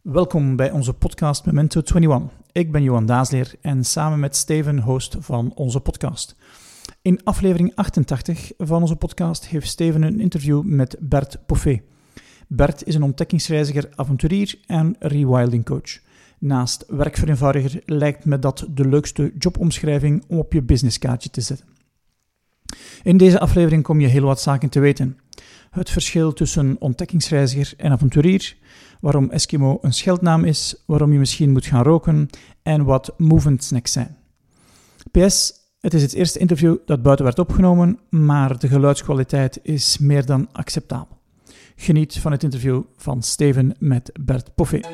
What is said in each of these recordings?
Welkom bij onze podcast Memento 21. Ik ben Johan Daasleer en samen met Steven host van onze podcast. In aflevering 88 van onze podcast heeft Steven een interview met Bert Poffet. Bert is een ontdekkingsreiziger, avonturier en rewilding coach. Naast werkvereenvoudiger lijkt me dat de leukste jobomschrijving om op je businesskaartje te zetten. In deze aflevering kom je heel wat zaken te weten. Het verschil tussen ontdekkingsreiziger en avonturier, waarom Eskimo een scheldnaam is, waarom je misschien moet gaan roken en wat movement snacks zijn. PS, het is het eerste interview dat buiten werd opgenomen, maar de geluidskwaliteit is meer dan acceptabel. Geniet van het interview van Steven met Bert Poffet.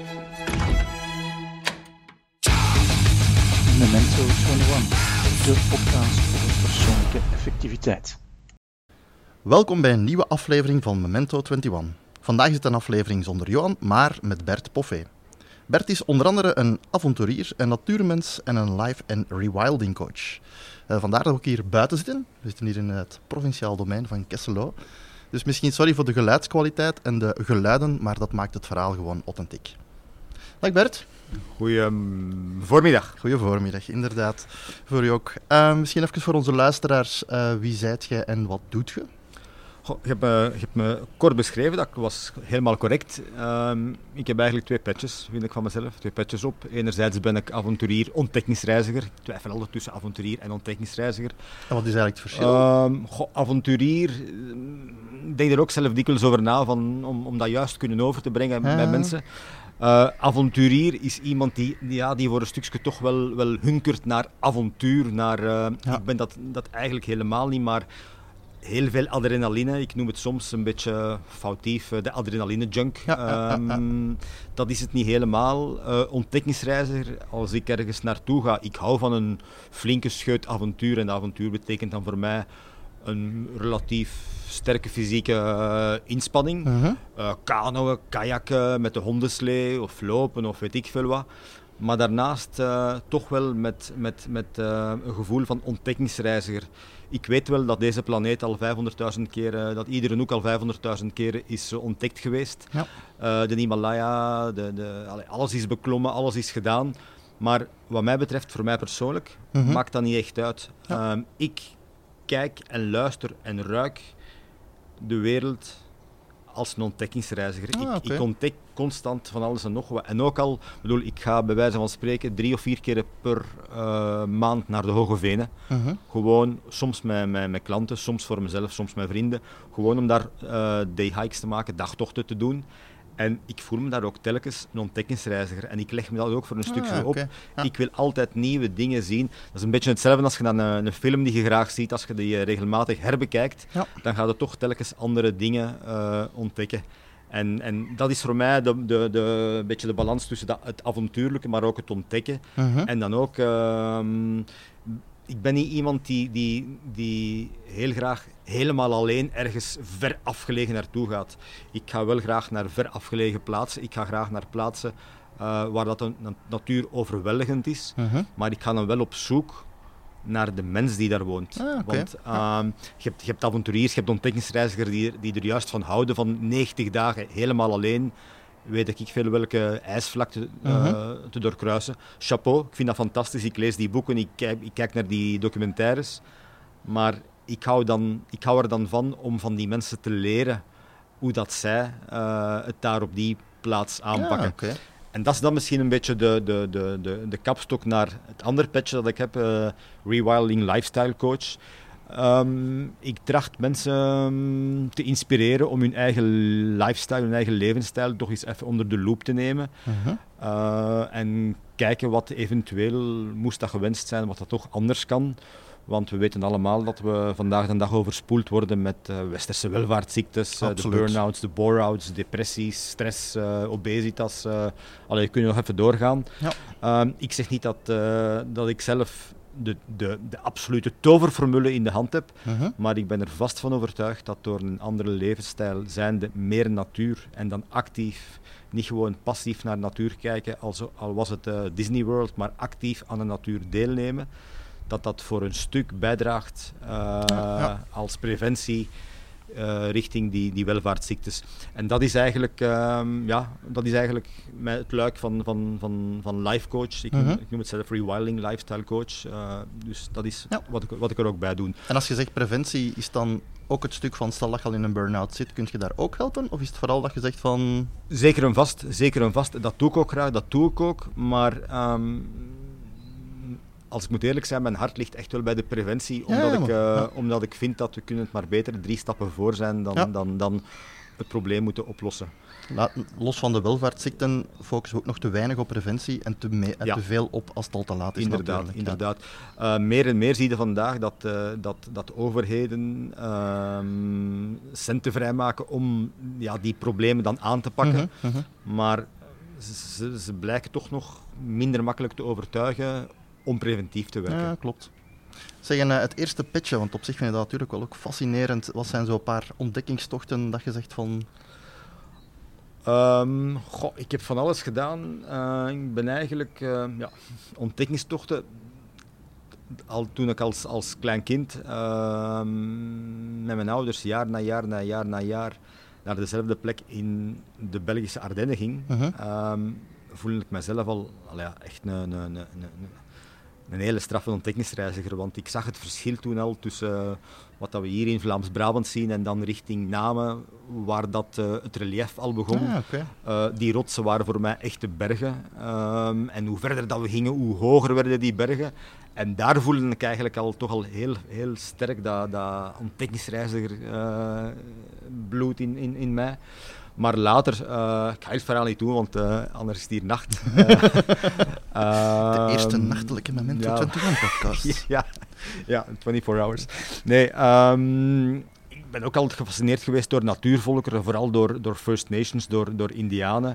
Memento 21, de podcast over persoonlijke effectiviteit. Welkom bij een nieuwe aflevering van Memento 21. Vandaag is het een aflevering zonder Johan, maar met Bert Poffet. Bert is onder andere een avonturier, een natuurmens en een life- en rewilding coach. Vandaar dat we ook hier buiten zitten. We zitten hier in het provinciaal domein van Kesselo. Dus misschien sorry voor de geluidskwaliteit en de geluiden, maar dat maakt het verhaal gewoon authentiek. Dag Bert. Goedemorgen. Goeie voormiddag, inderdaad. Voor u ook. Misschien even voor onze luisteraars. Wie zijt jij en wat doet je? Je hebt me kort beschreven, dat was helemaal correct. Ik heb eigenlijk twee petjes, vind ik van mezelf. Twee petjes op. Enerzijds ben ik avonturier, ontdekkingsreiziger. Ik twijfel altijd tussen avonturier en ontdekkingsreiziger. En wat is eigenlijk het verschil? Avonturier, ik denk er ook zelf dikwijls over na, om dat juist kunnen over te brengen bij mensen. Avonturier is iemand die voor een stukje toch wel hunkert naar avontuur. Ik ben dat eigenlijk helemaal niet, maar heel veel adrenaline. Ik noem het soms een beetje foutief de adrenaline-junk. Dat is het niet helemaal. Ontdekkingsreiziger, als ik ergens naartoe ga, ik hou van een flinke scheut avontuur. En avontuur betekent dan voor mij een relatief sterke fysieke inspanning. Kanoën, kajakken met de hondenslee of lopen of weet ik veel wat. Maar daarnaast toch wel met een gevoel van ontdekkingsreiziger. Ik weet wel dat deze planeet al 500.000 keer, dat iedere hoek al 500.000 keer is ontdekt geweest. Ja. De Himalaya, alles is beklommen, alles is gedaan. Maar wat mij betreft, voor mij persoonlijk, maakt dat niet echt uit. Ja. Ik kijk en luister en ruik de wereld als een ontdekkingsreiziger. Ik ontdek constant van alles en nog wat. En ook al, ik ga bij wijze van spreken 3 of 4 keer per maand naar de Hoge Venen. Gewoon, soms met klanten, soms voor mezelf, soms met vrienden. Gewoon om daar dayhikes te maken, dagtochten te doen. En ik voel me daar ook telkens een ontdekkingsreiziger. En ik leg me dat ook voor een stukje op. Ja. Ik wil altijd nieuwe dingen zien. Dat is een beetje hetzelfde als je dan een film die je graag ziet, als je die regelmatig herbekijkt, dan ga je toch telkens andere dingen ontdekken. En dat is voor mij een beetje de balans tussen het avontuurlijke, maar ook het ontdekken. En dan ook... Ik ben niet iemand die heel graag helemaal alleen ergens ver afgelegen naartoe gaat. Ik ga wel graag naar ver afgelegen plaatsen. Ik ga graag naar plaatsen waar dat de natuur overweldigend is. Maar ik ga dan wel op zoek naar de mens die daar woont. Want je hebt avonturiers, je hebt ontdekkingsreizigers die er juist van houden van 90 dagen helemaal alleen. Weet ik veel welke ijsvlakte te doorkruisen. Chapeau, ik vind dat fantastisch. Ik lees die boeken, ik kijk naar die documentaires. Maar ik hou er dan van om van die mensen te leren hoe dat zij het daar op die plaats aanpakken. Ja, en dat is dan misschien een beetje de kapstok naar het andere petje dat ik heb, Rewilding Lifestyle Coach. Ik tracht mensen te inspireren om hun eigen lifestyle, hun eigen levensstijl toch eens even onder de loep te nemen. En kijken wat eventueel moest dat gewenst zijn, wat dat toch anders kan. Want we weten allemaal dat we vandaag de dag overspoeld worden met westerse welvaartsziektes, de burn-outs, de bore-outs, depressies, stress, obesitas. Je kunt nog even doorgaan. Ja. Ik zeg niet dat ik zelf de absolute toverformule in de hand heb, maar ik ben er vast van overtuigd dat door een andere levensstijl zijnde, meer natuur en dan actief, niet gewoon passief naar de natuur kijken, al was het Disney World, maar actief aan de natuur deelnemen, dat voor een stuk bijdraagt als preventie richting die welvaartsziektes. En dat is eigenlijk, met het luik van life coach. Ik noem het zelf rewilding lifestyle coach. Dus dat is wat ik er ook bij doe. En als je zegt preventie, is dan ook het stuk van stel dat je al in een burn-out zit, kun je daar ook helpen? Of is het vooral dat je zegt van... Zeker en vast. Dat doe ik ook graag, dat doe ik ook. Maar als ik moet eerlijk zijn, mijn hart ligt echt wel bij de preventie. Omdat ik vind dat we kunnen het maar beter 3 stappen voor zijn dan het probleem moeten oplossen. Los van de welvaartsziekten focussen we ook nog te weinig op preventie en te veel op als het al te laat is. Inderdaad. Meer en meer zie je vandaag dat overheden centen vrijmaken om die problemen dan aan te pakken. Maar ze blijken toch nog minder makkelijk te overtuigen om preventief te werken. Ja, klopt. Zeggen het eerste pitchen, want op zich vind je dat natuurlijk wel ook fascinerend. Wat zijn zo'n paar ontdekkingstochten dat je zegt van... ik heb van alles gedaan. Ik ben eigenlijk ontdekkingstochten. Al toen ik als klein kind met mijn ouders jaar na jaar naar dezelfde plek in de Belgische Ardennen ging, voelde ik mezelf al echt een hele straffe ontdekkingsreiziger, want ik zag het verschil toen al tussen wat we hier in Vlaams-Brabant zien en dan richting Namen, waar dat het relief al begon. Die rotsen waren voor mij echte bergen. En hoe verder dat we gingen, hoe hoger werden die bergen. En daar voelde ik eigenlijk toch al heel, heel sterk dat ontdekkingsreiziger bloed in mij. Maar later, ik ga het verhaal niet doen, want anders is het hier nacht. De eerste nachtelijke Memento 21 podcast. Ja, 24 hours. Nee, ik ben ook altijd gefascineerd geweest door natuurvolkeren, vooral door First Nations, door Indianen.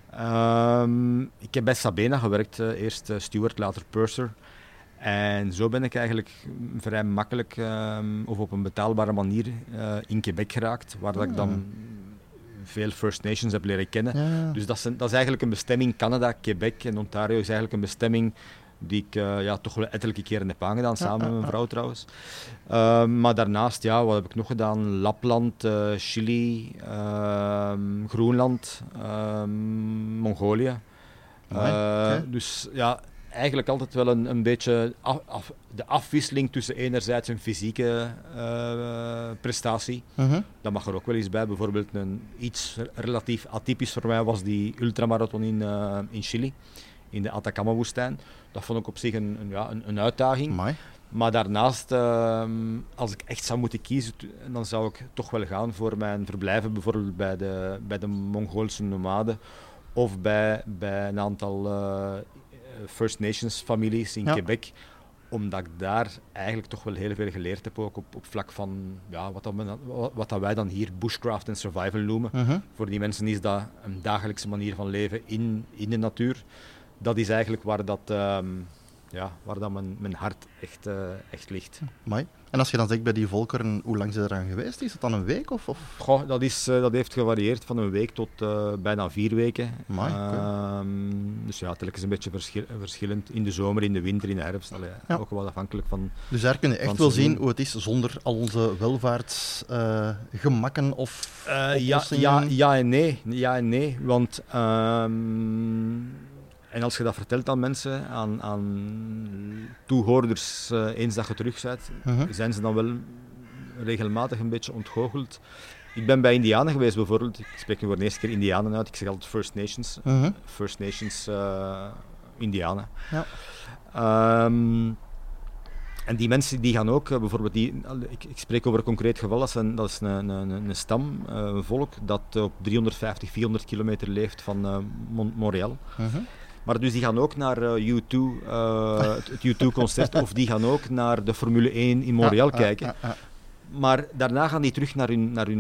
Ik heb bij Sabena gewerkt, eerst steward, later purser. En zo ben ik eigenlijk vrij makkelijk of op een betaalbare manier in Quebec geraakt, waar dat ik dan veel First Nations heb leren kennen. Ja. Dus dat is eigenlijk een bestemming. Canada, Quebec en Ontario is eigenlijk een bestemming die ik toch wel ettelijke keren heb aangedaan, samen met mijn vrouw trouwens. Maar daarnaast, wat heb ik nog gedaan? Lapland, Chili, Groenland, Mongolië. Dus eigenlijk altijd wel een beetje de afwisseling tussen enerzijds een fysieke prestatie. Dat mag er ook wel eens bij. Bijvoorbeeld iets relatief atypisch voor mij was die ultramarathon in Chili, in de Atacama-woestijn. Dat vond ik op zich een uitdaging. Amai. Maar daarnaast, als ik echt zou moeten kiezen, dan zou ik toch wel gaan voor mijn verblijven, bijvoorbeeld bij de Mongoolse nomaden of bij een aantal First Nations families in Quebec, omdat ik daar eigenlijk toch wel heel veel geleerd heb, ook op vlak van wat dat wij dan hier bushcraft en survival noemen. Voor die mensen is dat een dagelijkse manier van leven in de natuur. Dat is eigenlijk waar mijn hart echt ligt. Mooi. En als je dan zegt bij die volkeren, hoe lang zijn er aan geweest? Is dat dan een week? Of? Goh, dat heeft gevarieerd van een week tot bijna 4 weken. Dus telkens een beetje verschillend. In de zomer, in de winter, in de herfst. Ook wel afhankelijk van. Dus daar kun je echt wel zien hoe het is zonder al onze welvaartsgemakken of oplossingen? Ja en nee. Want en als je dat vertelt aan mensen, aan toehoorders, eens dat je terug bent, zijn ze dan wel regelmatig een beetje ontgoocheld. Ik ben bij Indianen geweest bijvoorbeeld. Ik spreek nu voor de eerste keer Indianen uit. Ik zeg altijd First Nations. First Nations Indianen. Ja. En die mensen die gaan ook, bijvoorbeeld, ik spreek over een concreet geval, dat is een stam, een volk, dat op 350, 400 kilometer leeft van Montreal. Maar dus die gaan ook naar U2, het U2-concert, of die gaan ook naar de Formule 1 in Montreal kijken. Maar daarna gaan die terug naar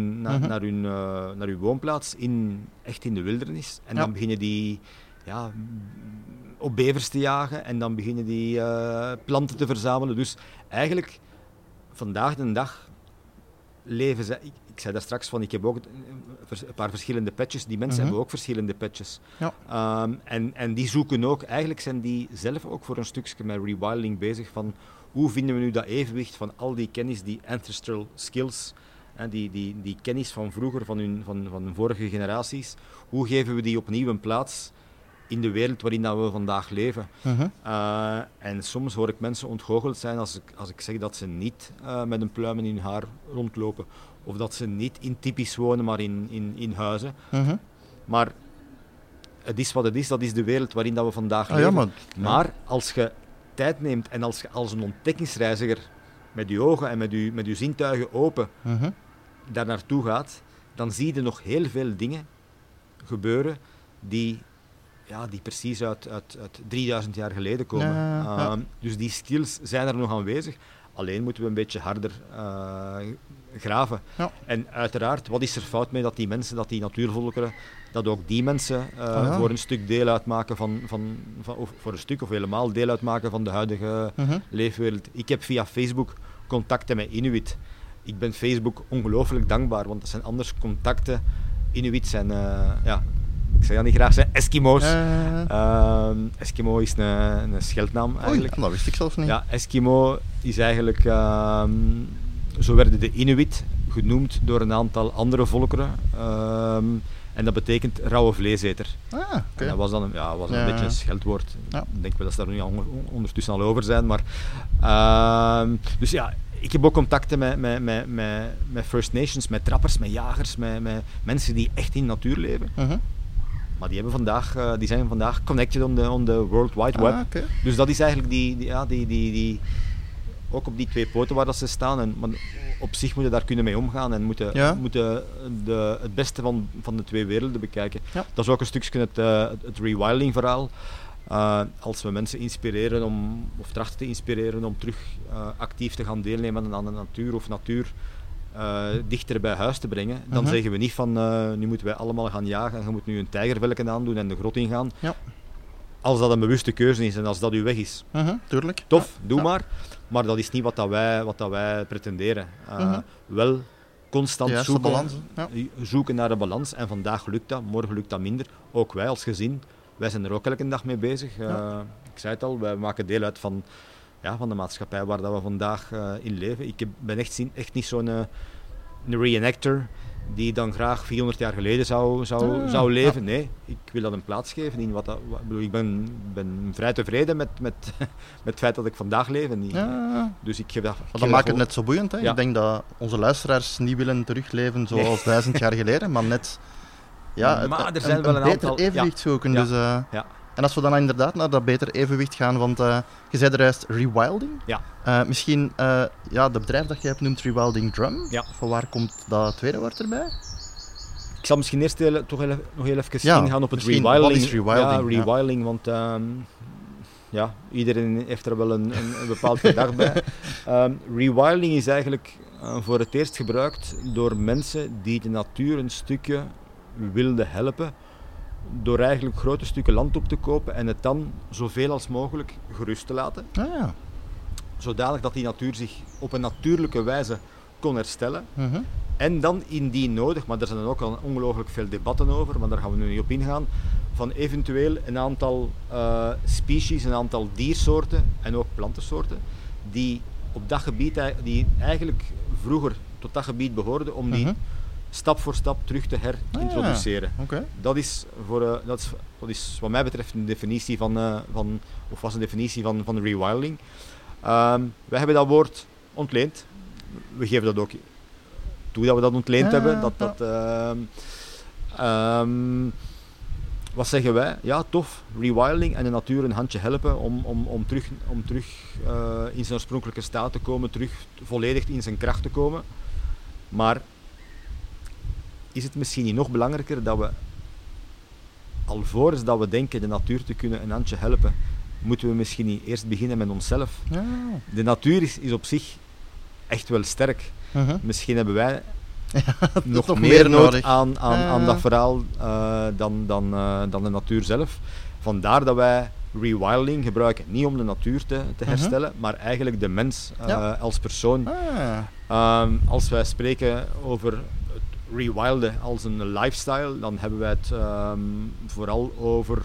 hun woonplaats, echt in de wildernis. En dan beginnen die op bevers te jagen en dan beginnen die planten te verzamelen. Dus eigenlijk, vandaag de dag leven ze... Ik zei daar straks van, ik heb ook een paar verschillende patches. Die mensen hebben ook verschillende patches. Ja. En die zoeken ook... Eigenlijk zijn die zelf ook voor een stukje met rewilding bezig van hoe vinden we nu dat evenwicht van al die kennis, die ancestral skills, Die kennis van vroeger, van vorige generaties, hoe geven we die opnieuw een plaats in de wereld waarin dat we vandaag leven? En soms hoor ik mensen ontgoocheld zijn als ik zeg dat ze niet met een pluim in hun haar rondlopen. Of dat ze niet in typisch wonen, maar in huizen. Maar het is wat het is, dat is de wereld waarin dat we vandaag leven. Maar als je tijd neemt en als je als een ontdekkingsreiziger met je ogen en met je zintuigen open daar naartoe gaat, dan zie je nog heel veel dingen gebeuren die precies uit 3000 jaar geleden komen. Dus die skills zijn er nog aanwezig. Alleen moeten we een beetje harder graven. Ja. En uiteraard, wat is er fout mee dat die mensen, dat die natuurvolkeren, dat ook die mensen voor een stuk deel uitmaken of voor een stuk of helemaal deel uitmaken van de huidige leefwereld. Ik heb via Facebook contacten met Inuit. Ik ben Facebook ongelooflijk dankbaar, want dat zijn anders contacten. Inuit zijn, ik zeg dat niet graag, zijn Eskimo's. Eskimo is een scheldnaam eigenlijk. Dat wist ik zelf niet. Ja, Eskimo is eigenlijk, zo werden de Inuit genoemd door een aantal andere volkeren. En dat betekent rauwe vleeseter. Okay. En dat was dan een beetje een scheldwoord. Ik denk wel dat ze daar nu ondertussen al over zijn. Maar, dus ja, ik heb ook contacten met First Nations, met trappers, met jagers, met mensen die echt in de natuur leven. Maar die zijn vandaag connected on the World Wide Web. Okay. Dus dat is eigenlijk die ook op die twee poten waar dat ze staan. Maar op zich moeten daar kunnen mee omgaan en moeten het beste van de twee werelden bekijken. Ja. Dat is ook een stukje het rewilding verhaal. Als we mensen inspireren of trachten te inspireren om terug actief te gaan deelnemen aan de natuur of natuur dichter bij huis te brengen, dan zeggen we niet van nu moeten wij allemaal gaan jagen en je moet nu een tijgervelken aandoen en de grot ingaan. Ja. Als dat een bewuste keuze is en als dat uw weg is. Tuurlijk. Tof, doe maar. Maar dat is niet wat dat wij pretenderen. Wel constant zoeken naar een balans. En vandaag lukt dat, morgen lukt dat minder. Ook wij als gezin, wij zijn er ook elke dag mee bezig. Ik zei het al, wij maken deel uit van de maatschappij waar dat we vandaag in leven. Ik ben echt niet zo'n een reenactor die dan graag 400 jaar geleden zou leven. Nee, ik wil dat een plaats geven in ik ben vrij tevreden met het feit dat ik vandaag leef. Dus ik geef dat. Dat maakt het net zo boeiend. Hè? Ja. Ik denk dat onze luisteraars niet willen terugleven zoals 1000 jaar geleden, maar net maar er zijn wel een beter aantal evenwicht zoeken. Dus, en als we dan inderdaad naar dat beter evenwicht gaan, want je zei er juist rewilding. Ja. Misschien dat bedrijf dat je hebt noemt Rewilding Drum. Ja. Van waar komt dat tweede woord erbij? Ik zal misschien eerst nog heel even ingaan op het rewilding. Wat is rewilding? Ja, rewilding, want iedereen heeft er wel een bepaald gedacht bij. Rewilding is eigenlijk voor het eerst gebruikt door mensen die de natuur een stukje wilden helpen, door eigenlijk grote stukken land op te kopen en het dan zoveel als mogelijk gerust te laten. Zodanig dat die natuur zich op een natuurlijke wijze kon herstellen. En dan indien nodig, maar daar zijn dan ook al ongelooflijk veel debatten over, maar daar gaan we nu niet op ingaan, van eventueel een aantal species, een aantal diersoorten en ook plantensoorten die op dat gebied, die eigenlijk vroeger tot dat gebied behoorden, om die stap voor stap terug te herintroduceren. Okay. Dat is wat mij betreft een definitie was een definitie van rewilding. Wij hebben dat woord ontleend. We geven dat ook toe dat we dat ontleend hebben. Wat zeggen wij? Ja, tof, rewilding en de natuur een handje helpen om terug in zijn oorspronkelijke staat te komen, terug volledig in zijn kracht te komen. Maar is het misschien niet nog belangrijker dat we, alvorens dat we denken de natuur te kunnen een handje helpen, moeten we misschien niet eerst beginnen met onszelf. Ja. De natuur is op zich echt wel sterk. Misschien hebben wij nog meer nood aan dat verhaal dan de natuur zelf. Vandaar dat wij rewilding gebruiken, niet om de natuur te herstellen, maar eigenlijk de mens als persoon. Als wij spreken over rewilden als een lifestyle, dan hebben wij het vooral over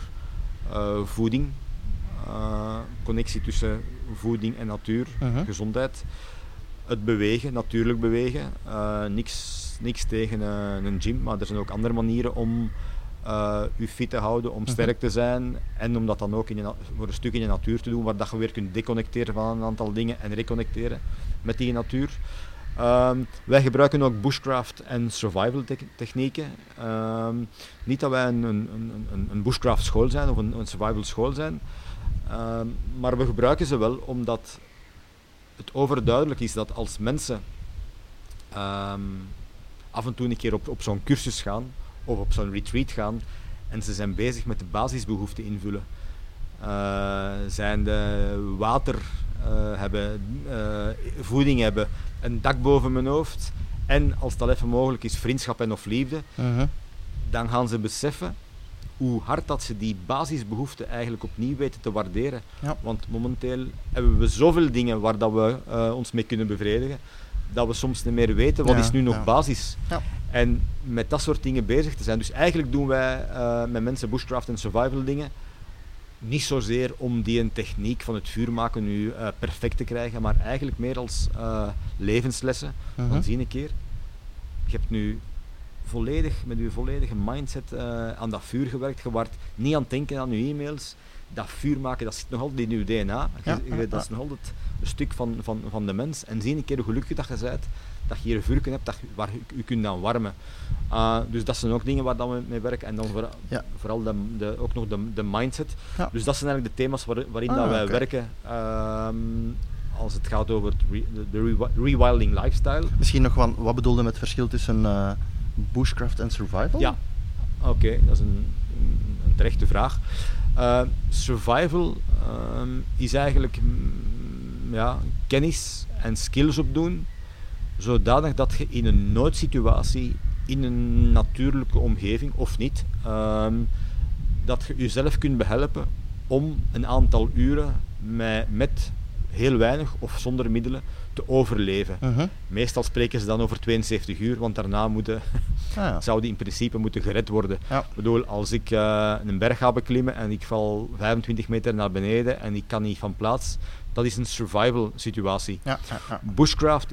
voeding, connectie tussen voeding en natuur, gezondheid. Het bewegen, natuurlijk bewegen. Niks tegen een gym, maar er zijn ook andere manieren om je fit te houden, om sterk te zijn en om dat dan ook voor een stuk in de natuur te doen, waar dat je weer kunt deconnecteren van een aantal dingen en reconnecteren met die natuur. Wij gebruiken ook bushcraft en survival technieken. Niet dat wij een bushcraft school zijn of een survival school zijn, maar we gebruiken ze wel omdat het overduidelijk is dat als mensen af en toe een keer op zo'n cursus gaan of op zo'n retreat gaan en ze zijn bezig met de basisbehoeften invullen, zijn de water hebben, voeding hebben, een dak boven mijn hoofd en als dat even mogelijk is vriendschap en of liefde, dan gaan ze beseffen hoe hard dat ze die basisbehoeften eigenlijk opnieuw weten te waarderen. Ja. Want momenteel hebben we zoveel dingen waar dat we ons mee kunnen bevredigen, dat we soms niet meer weten wat is nu nog basis. Ja. En met dat soort dingen bezig te zijn. Dus eigenlijk doen wij met mensen bushcraft en survival dingen niet zozeer om die een techniek van het vuur maken nu perfect te krijgen, maar eigenlijk meer als levenslessen. Dan zie je een keer, je hebt nu met je volledige mindset aan dat vuur gewerkt. Je wordt niet aan het denken aan je e-mails. Dat vuur maken, dat zit nog altijd in je DNA. Dat is nog altijd een stuk van de mens. En zie een keer hoe gelukkig dat je bent, dat je hier een vuur hebt waar je kunt aan warmen. Dus dat zijn ook dingen waar we mee werken. En dan vooral ook nog de mindset. Ja. Dus dat zijn eigenlijk de thema's waarin dat wij werken. Als het gaat over de rewilding lifestyle. Misschien nog wat bedoelde met het verschil tussen bushcraft en survival? Ja, oké, dat is een terechte vraag. Survival is eigenlijk kennis en skills opdoen, zodanig dat je in een noodsituatie, in een natuurlijke omgeving of niet, dat je jezelf kunt behelpen om een aantal uren met heel weinig of zonder middelen te overleven. Meestal spreken ze dan over 72 uur, want daarna zou die in principe moeten gered worden. Ja. Ik bedoel, als ik een berg ga beklimmen en ik val 25 meter naar beneden en ik kan niet van plaats, dat is een survival situatie. Ja. Bushcraft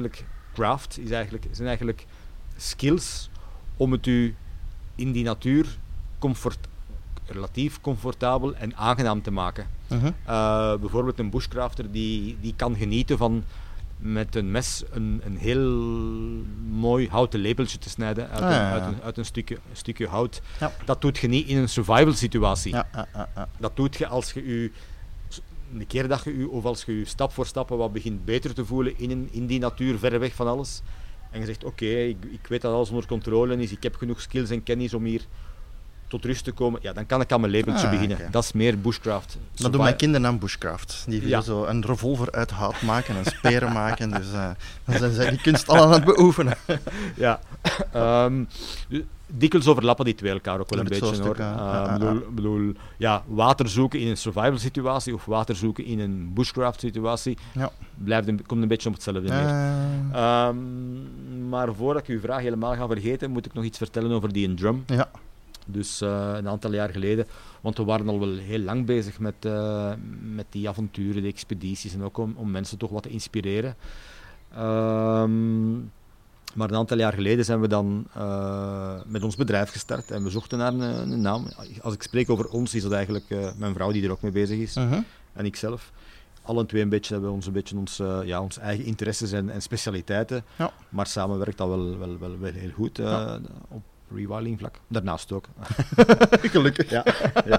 zijn eigenlijk skills om het u in die natuur relatief comfortabel en aangenaam te maken. Bijvoorbeeld een bushcrafter die kan genieten van met een mes een heel mooi houten lepeltje te snijden uit een stukje hout. Ja. Dat doet je niet in een survival situatie. Dat doet je als je een keer dat je als je stap voor stap wat begint beter te voelen in die natuur, ver weg van alles. En je zegt, oké, ik weet dat alles onder controle is, ik heb genoeg skills en kennis om hier tot rust te komen, dan kan ik aan mijn lepeltje beginnen. Okay. Dat is meer bushcraft. Dat doen mijn kinderen aan bushcraft. Die willen zo een revolver uit hout maken en speren maken. Dus dan zijn zij die kunst al aan het beoefenen. Ja. Dikwijls overlappen die twee elkaar ook wel een beetje. Hoor. Bedoel, water zoeken in een survival situatie of water zoeken in een bushcraft situatie komt een beetje op hetzelfde neer. Maar voordat ik uw vraag helemaal ga vergeten, moet ik nog iets vertellen over die drum. Ja. Dus een aantal jaar geleden, want we waren al wel heel lang bezig met die avonturen, die expedities en ook om mensen toch wat te inspireren. Maar een aantal jaar geleden zijn we dan met ons bedrijf gestart en we zochten naar een naam. Als ik spreek over ons, is dat eigenlijk mijn vrouw die er ook mee bezig is en ikzelf. Alle twee hebben onze eigen interesses en specialiteiten, maar samen werkt dat wel heel goed op rewilding vlak. Daarnaast ook. Gelukkig. Ja.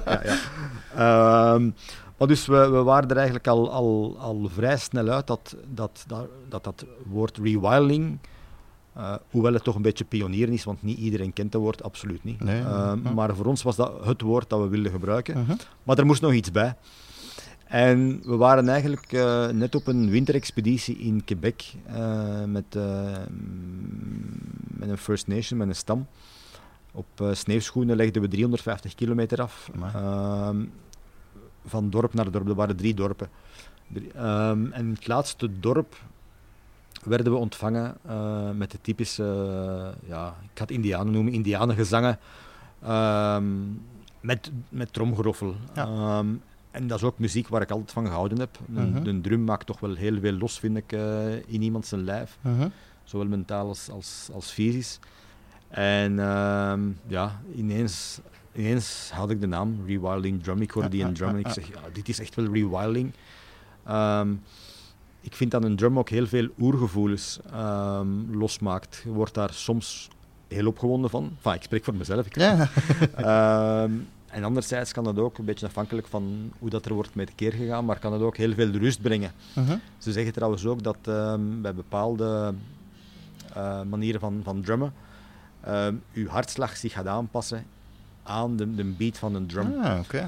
Maar dus we waren er eigenlijk al vrij snel uit dat woord rewilding, hoewel het toch een beetje pionieren is, want niet iedereen kent dat woord, absoluut niet. Nee. Maar voor ons was dat het woord dat we wilden gebruiken. Maar er moest nog iets bij. En we waren eigenlijk net op een winterexpeditie in Quebec met een First Nation, met een stam. Op sneeuwschoenen legden we 350 kilometer af. Van dorp naar dorp. Er waren 3 dorpen. En in het laatste dorp werden we ontvangen met de typische, ik ga het Indianen noemen, indianengezangen met tromgeroffel. Ja. En dat is ook muziek waar ik altijd van gehouden heb. Een drum maakt toch wel heel veel los, vind ik, in iemand zijn lijf. Zowel mentaal als fysisch. En ineens had ik de naam Rewilding Drum. Ik hoorde die in drum en ik zeg, dit is echt wel rewilding. Ik vind dat een drum ook heel veel oergevoelens losmaakt. Je wordt daar soms heel opgewonden van. Enfin, ik spreek voor mezelf. En anderzijds kan dat ook, een beetje afhankelijk van hoe dat er wordt mee tekeer gegaan, maar kan het ook heel veel rust brengen. Ze zeggen trouwens ook dat bij bepaalde manieren van drummen, uw hartslag zich gaat aanpassen aan de beat van een drum.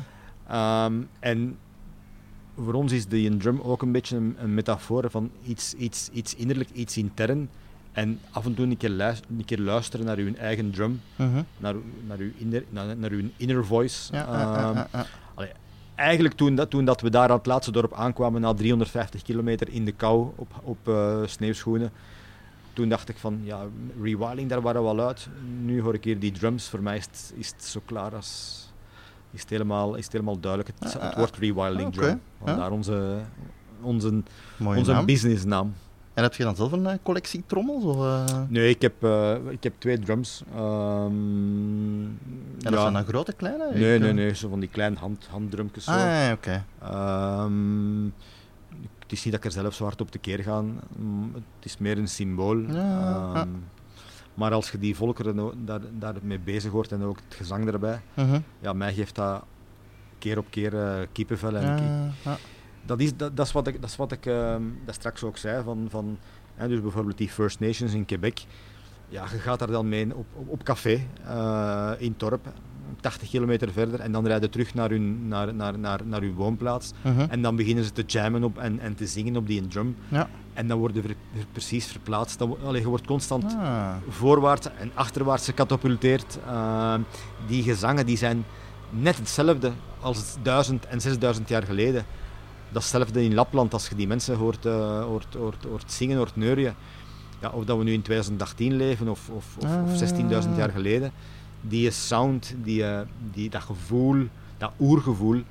En voor ons is die een drum ook een beetje een metafoor van iets innerlijk, iets intern. En af en toe een keer luisteren naar uw eigen drum, naar uw inner voice. Eigenlijk toen dat we daar aan het laatste dorp aankwamen, na 350 kilometer in de kou op sneeuwschoenen, toen dacht ik van, ja, rewilding, daar waren we al uit. Nu hoor ik hier die drums, voor mij is het zo klaar als... Is het helemaal duidelijk. Het wordt rewilding drum. Vandaar onze businessnaam. En heb je dan zelf een collectie trommels? Of? Nee, ik heb 2 drums. En dat zijn dan grote, kleine? Nee, zo van die kleine handdrummetjes. Het is niet dat ik er zelf zo hard op tekeer ga. Het is meer een symbool. Maar als je die volkeren daarmee bezig wordt en ook het gezang erbij, mij geeft dat keer op keer kippenvel. Dat is wat ik dat straks ook zei, dus bijvoorbeeld die First Nations in Quebec. Ja, je gaat daar dan mee op café in het dorp, 80 kilometer verder, en dan rijden terug naar uw woonplaats. En dan beginnen ze te jammen op en te zingen op die drum. En dan worden we precies verplaatst. Je wordt constant voorwaarts en achterwaarts gecatapulteerd. Die gezangen die zijn net hetzelfde als 1000 en 6000 jaar geleden. Datzelfde in Lapland, als je die mensen hoort zingen, hoort neurien. Ja, of dat we nu in 2018 leven of 16.000 jaar geleden. Die sound, dat gevoel, dat oergevoel,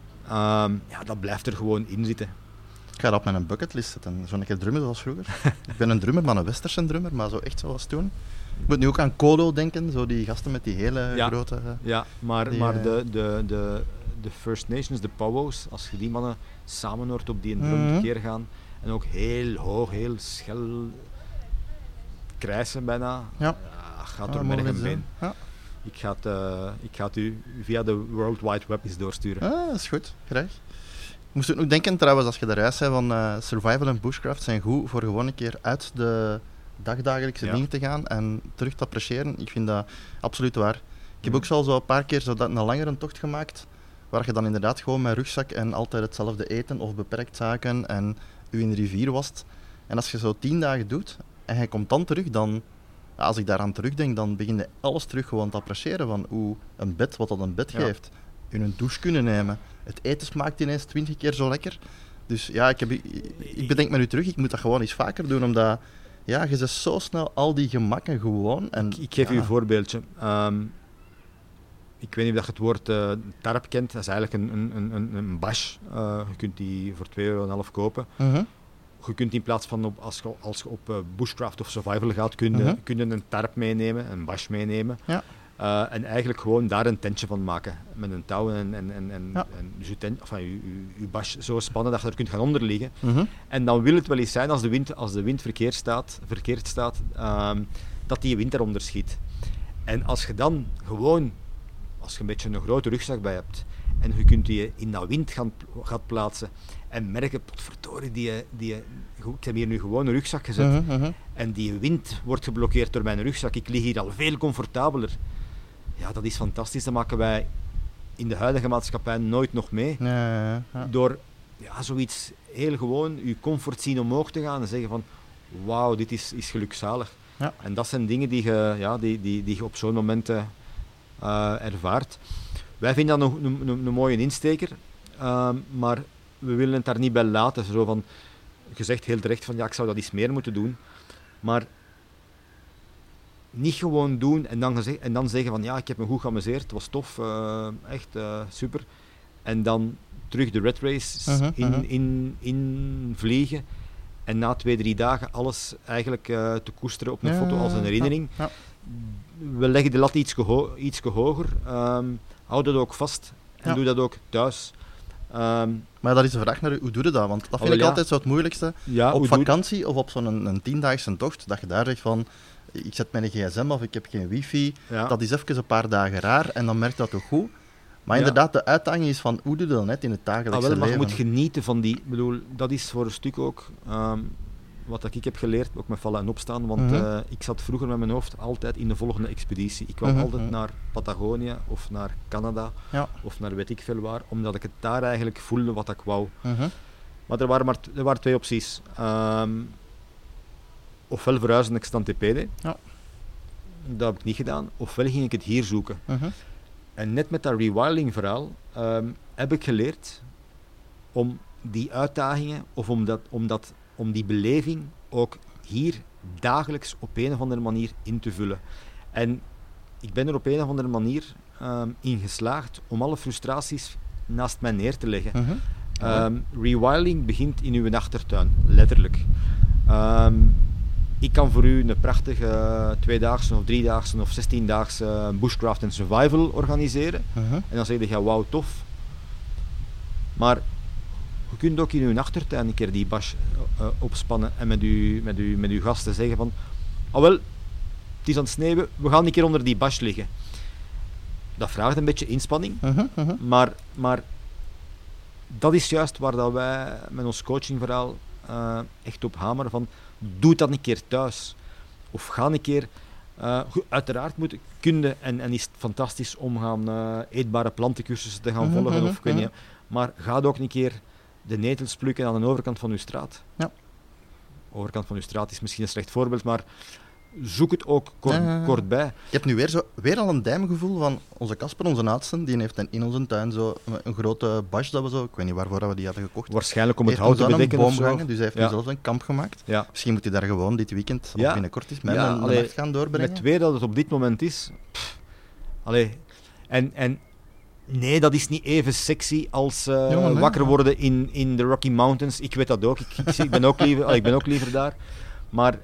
dat blijft er gewoon in zitten. Ik ga dat op mijn bucketlist zetten. Zo'n keer drummen zoals vroeger. Ik ben een drummer, maar een westerse drummer, maar zo echt zoals toen. Ik moet nu ook aan Kodo denken, zo die gasten met die hele grote... Ja, maar de First Nations, de Powwows, als je die mannen samen hoort op die drum tekeer gaan, en ook heel hoog, heel schel krijsen bijna, gaat door merg en been. Ik ga het u via de World Wide Web eens doorsturen. Dat is goed, graag. Ik moest ook denken trouwens, als je de reis zei van survival en bushcraft zijn goed voor gewoon een keer uit de dagdagelijkse dingen te gaan en terug te appreciëren. Ik vind dat absoluut waar. Ik heb ook zo een paar keer een langere tocht gemaakt, waar je dan inderdaad gewoon met rugzak en altijd hetzelfde eten of beperkt zaken en je in de rivier wast. En als je zo 10 dagen doet en je komt dan terug, dan, als ik daaraan terugdenk, dan begin je alles terug gewoon te appreciëren van hoe een bed, wat dat een bed geeft. In een douche kunnen nemen. Het eten smaakt ineens 20 keer zo lekker. Dus ja, ik bedenk me nu terug, ik moet dat gewoon eens vaker doen, omdat je zet zo snel al die gemakken gewoon. En, ik geef u een voorbeeldje. Ik weet niet of je het woord tarp kent. Dat is eigenlijk een bash. Je kunt die voor €2,5 kopen. Je kunt in plaats van als je op bushcraft of survival gaat, kun je een tarp meenemen, een bash meenemen. En eigenlijk gewoon daar een tentje van maken. Met een touw en dus je bash zo spannen dat je er kunt gaan onder liggen. En dan wil het wel eens zijn, als de wind verkeerd staat, dat die wind eronder schiet. En als je dan gewoon, als je een beetje een grote rugzak bij hebt, en je kunt die in dat wind gaat plaatsen en merken, potverdorie, ik heb hier nu gewoon een rugzak gezet en die wind wordt geblokkeerd door mijn rugzak. Ik lig hier al veel comfortabeler. Ja, dat is fantastisch. Dat maken wij in de huidige maatschappij nooit nog mee. Door zoiets heel gewoon, je comfort zien omhoog te gaan en zeggen van, wauw, dit is gelukzalig. En dat zijn dingen die je op zo'n momenten ervaart. Wij vinden dat een mooie insteker, maar we willen het daar niet bij laten. Zo van, je zegt heel terecht van, ik zou dat iets meer moeten doen, maar niet gewoon doen en dan zeggen van, ik heb me goed geamuseerd, het was tof, echt super. En dan terug de red race in vliegen. En na 2-3 dagen alles eigenlijk te koesteren op een foto als een herinnering. Ja. We leggen de lat iets hoger. Hou dat ook vast. En doe dat ook thuis. Maar dat is de vraag naar u, hoe doe je dat? Want dat vind ik altijd zo het moeilijkste. Ja, op vakantie of op zo'n 10-daagse tocht, dat je daar zegt van, ik zet mijn gsm af, ik heb geen wifi, dat is even een paar dagen raar en dan merkt dat toch goed. Maar inderdaad, de uitdaging is van, hoe doe je dat net in het dagelijkse leven? Maar je moet genieten van die... Ik bedoel, dat is voor een stuk ook wat ik heb geleerd, ook met vallen en opstaan, want ik zat vroeger met mijn hoofd altijd in de volgende expeditie. Ik kwam altijd naar Patagonië of naar Canada of naar weet ik veel waar, omdat ik het daar eigenlijk voelde wat ik wou. Maar er waren 2 opties. Ofwel verhuizen naar Xantepede, dat heb ik niet gedaan, ofwel ging ik het hier zoeken. En net met dat rewilding verhaal heb ik geleerd om die uitdagingen, of om die beleving ook hier dagelijks op een of andere manier in te vullen. En ik ben er op een of andere manier in geslaagd om alle frustraties naast mij neer te leggen. Rewilding begint in uw achtertuin, letterlijk. Ik kan voor u een prachtige 2-daagse of 3-daagse of 16-daagse bushcraft en survival organiseren. En dan zeg je, wauw, tof. Maar je kunt ook in uw achtertuin een keer die bash opspannen en met uw gasten zeggen van, wel, het is aan het sneeuwen, we gaan een keer onder die bash liggen. Dat vraagt een beetje inspanning, maar dat is juist waar dat wij met ons coachingverhaal echt op hameren van, doe dat een keer thuis. Of ga een keer... uiteraard en is het fantastisch om eetbare plantencursussen te gaan volgen, of ik weet niet, maar ga ook een keer de netels plukken aan de overkant van uw straat. Ja. Overkant van uw straat is misschien een slecht voorbeeld, maar zoek het ook kort bij. Je hebt nu weer al een duimgevoel van onze Casper, onze oudste, die heeft in onze tuin zo een grote bash dat we zo, ik weet niet waarvoor we die hadden gekocht. Waarschijnlijk om het hout te bedekken of zo. Dus hij heeft nu zelfs een kamp gemaakt. Ja. Misschien moet hij daar gewoon dit weekend, of binnenkort is, met een nacht gaan doorbrengen. Met weer dat het op dit moment is. Nee, dat is niet even sexy als wakker worden in de Rocky Mountains. Ik weet dat ook. Ik ben ook liever daar. Maar